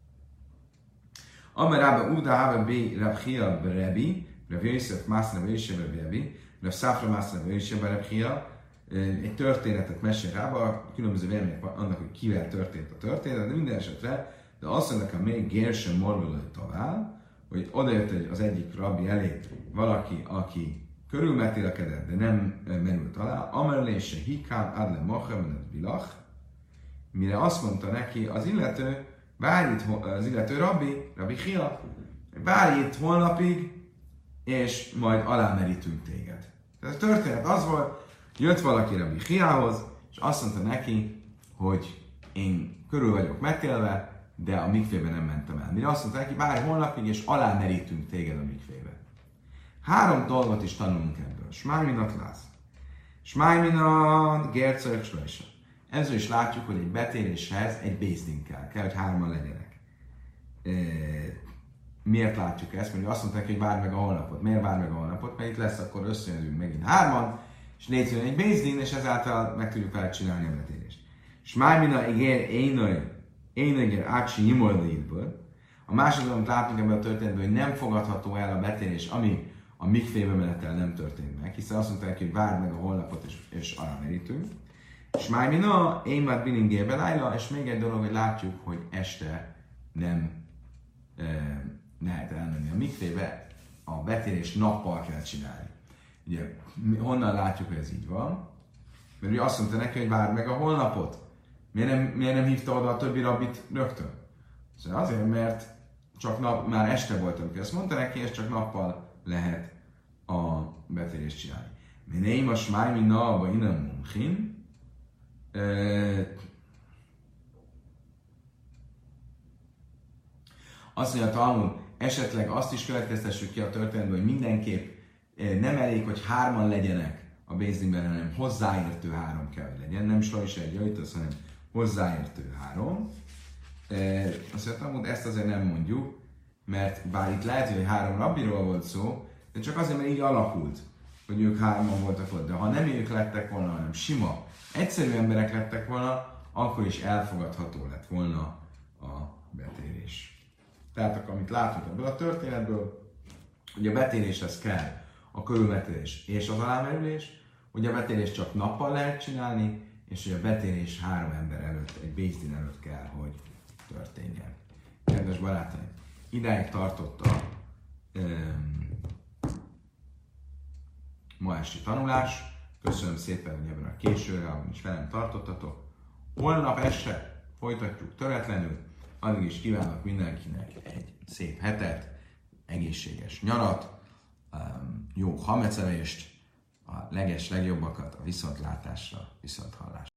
Amerába Uda Hába B. Rab Chia Berebi, Rab Yosef Mászra Vésebe Berebi, Rab Száfra Mászra Vésebe Rab Chia, egy történetet mesél rába, különböző vélemények annak, hogy kivel történt a történet, de minden esetre, de azt mondják, hogy még Gersen Morvelő talál, hogy odajött az egyik rabbi elé valaki, aki körülmetélkedett, de nem merült alá, amelése hikán adle machemenet bilach, mire azt mondta neki az illető, várj itt, az illető rabbi, rabbi Chia, várj itt holnapig, és majd alámerítünk téged. Tehát a történet az volt, jött valaki rabbi Chiahoz, és azt mondta neki, hogy én körül vagyok metélve, de a mikvében nem mentem el. Mire azt mondta neki, várj holnapig, és alámerítünk téged a mikvébe. Három dolgot is tanulunk ebből. Smájminat lász. Smájminat gercörök slajsa. Ezzel is látjuk, hogy egy betéréshez egy bézdin kell. Kell, hogy hárman legyenek. E, miért látjuk ezt? Mert azt mondták, hogy várj meg a holnapot. Miért várj meg a holnapot? Mert itt lesz, akkor összejövünk megint hárman, és létszően egy bézdin, és ezáltal meg tudjuk vele csinálni a betérést. Smájminat ígér énöj Éneger ácsi nyimoldaidból. A második, amit látunk ebben a történetben, hogy nem fogadható el a betérés, ami a mikvébe menetel nem történt meg, hiszen azt mondták, hogy várd meg a holnapot és, és arra merítünk. És már mina, én már biningébe lájla, és még egy dolog, hogy látjuk, hogy este nem e, lehet elmenni a mikvébe, a betérés nappal kell csinálni. Ugye, honnan látjuk, hogy ez így van? Mert ugye azt mondta neki, hogy várd meg a holnapot. Miért nem, miért nem hívta oda a többi rabbit rögtön? Szóval azért, mert csak nap, már este volt, amikor ezt mondta neki, és csak nappal lehet a betérést csinálni. Minél most már mi nalba innen munchin. Azt mondja, Talmud, esetleg azt is következtessük ki a történetből, hogy mindenképp nem elég, hogy hárman legyenek a Bézdinben, hanem hozzáértő három kell, hogy legyen. Nem Slaj se egy Jajtasz, hanem hozzáértő három. Azt mondja, Talmud, ezt azért nem mondjuk, mert bár itt lehet, hogy három rabbiról volt szó, de csak azért, mert így alakult, hogy ők hárman voltak ott. De ha nem ők lettek volna, hanem sima, egyszerű emberek lettek volna, akkor is elfogadható lett volna a betérés. Tehát akkor, amit látunk ebből a történetből, hogy a betéréshez kell a körülmetélés és az alámerülés, hogy a betérés csak nappal lehet csinálni, és hogy a betérés három ember előtt, egy bézdin előtt kell, hogy történjen. Kedves barátaim, idáig tartott a um, ma esti tanulás. Köszönöm szépen, hogy ebben a későre, ahogy is velem tartottatok. Holnap este folytatjuk töretlenül. Addig is kívánok mindenkinek egy szép hetet, egészséges nyarat, jó hamecelést, a leges legjobbakat a viszontlátásra, viszonthallásra.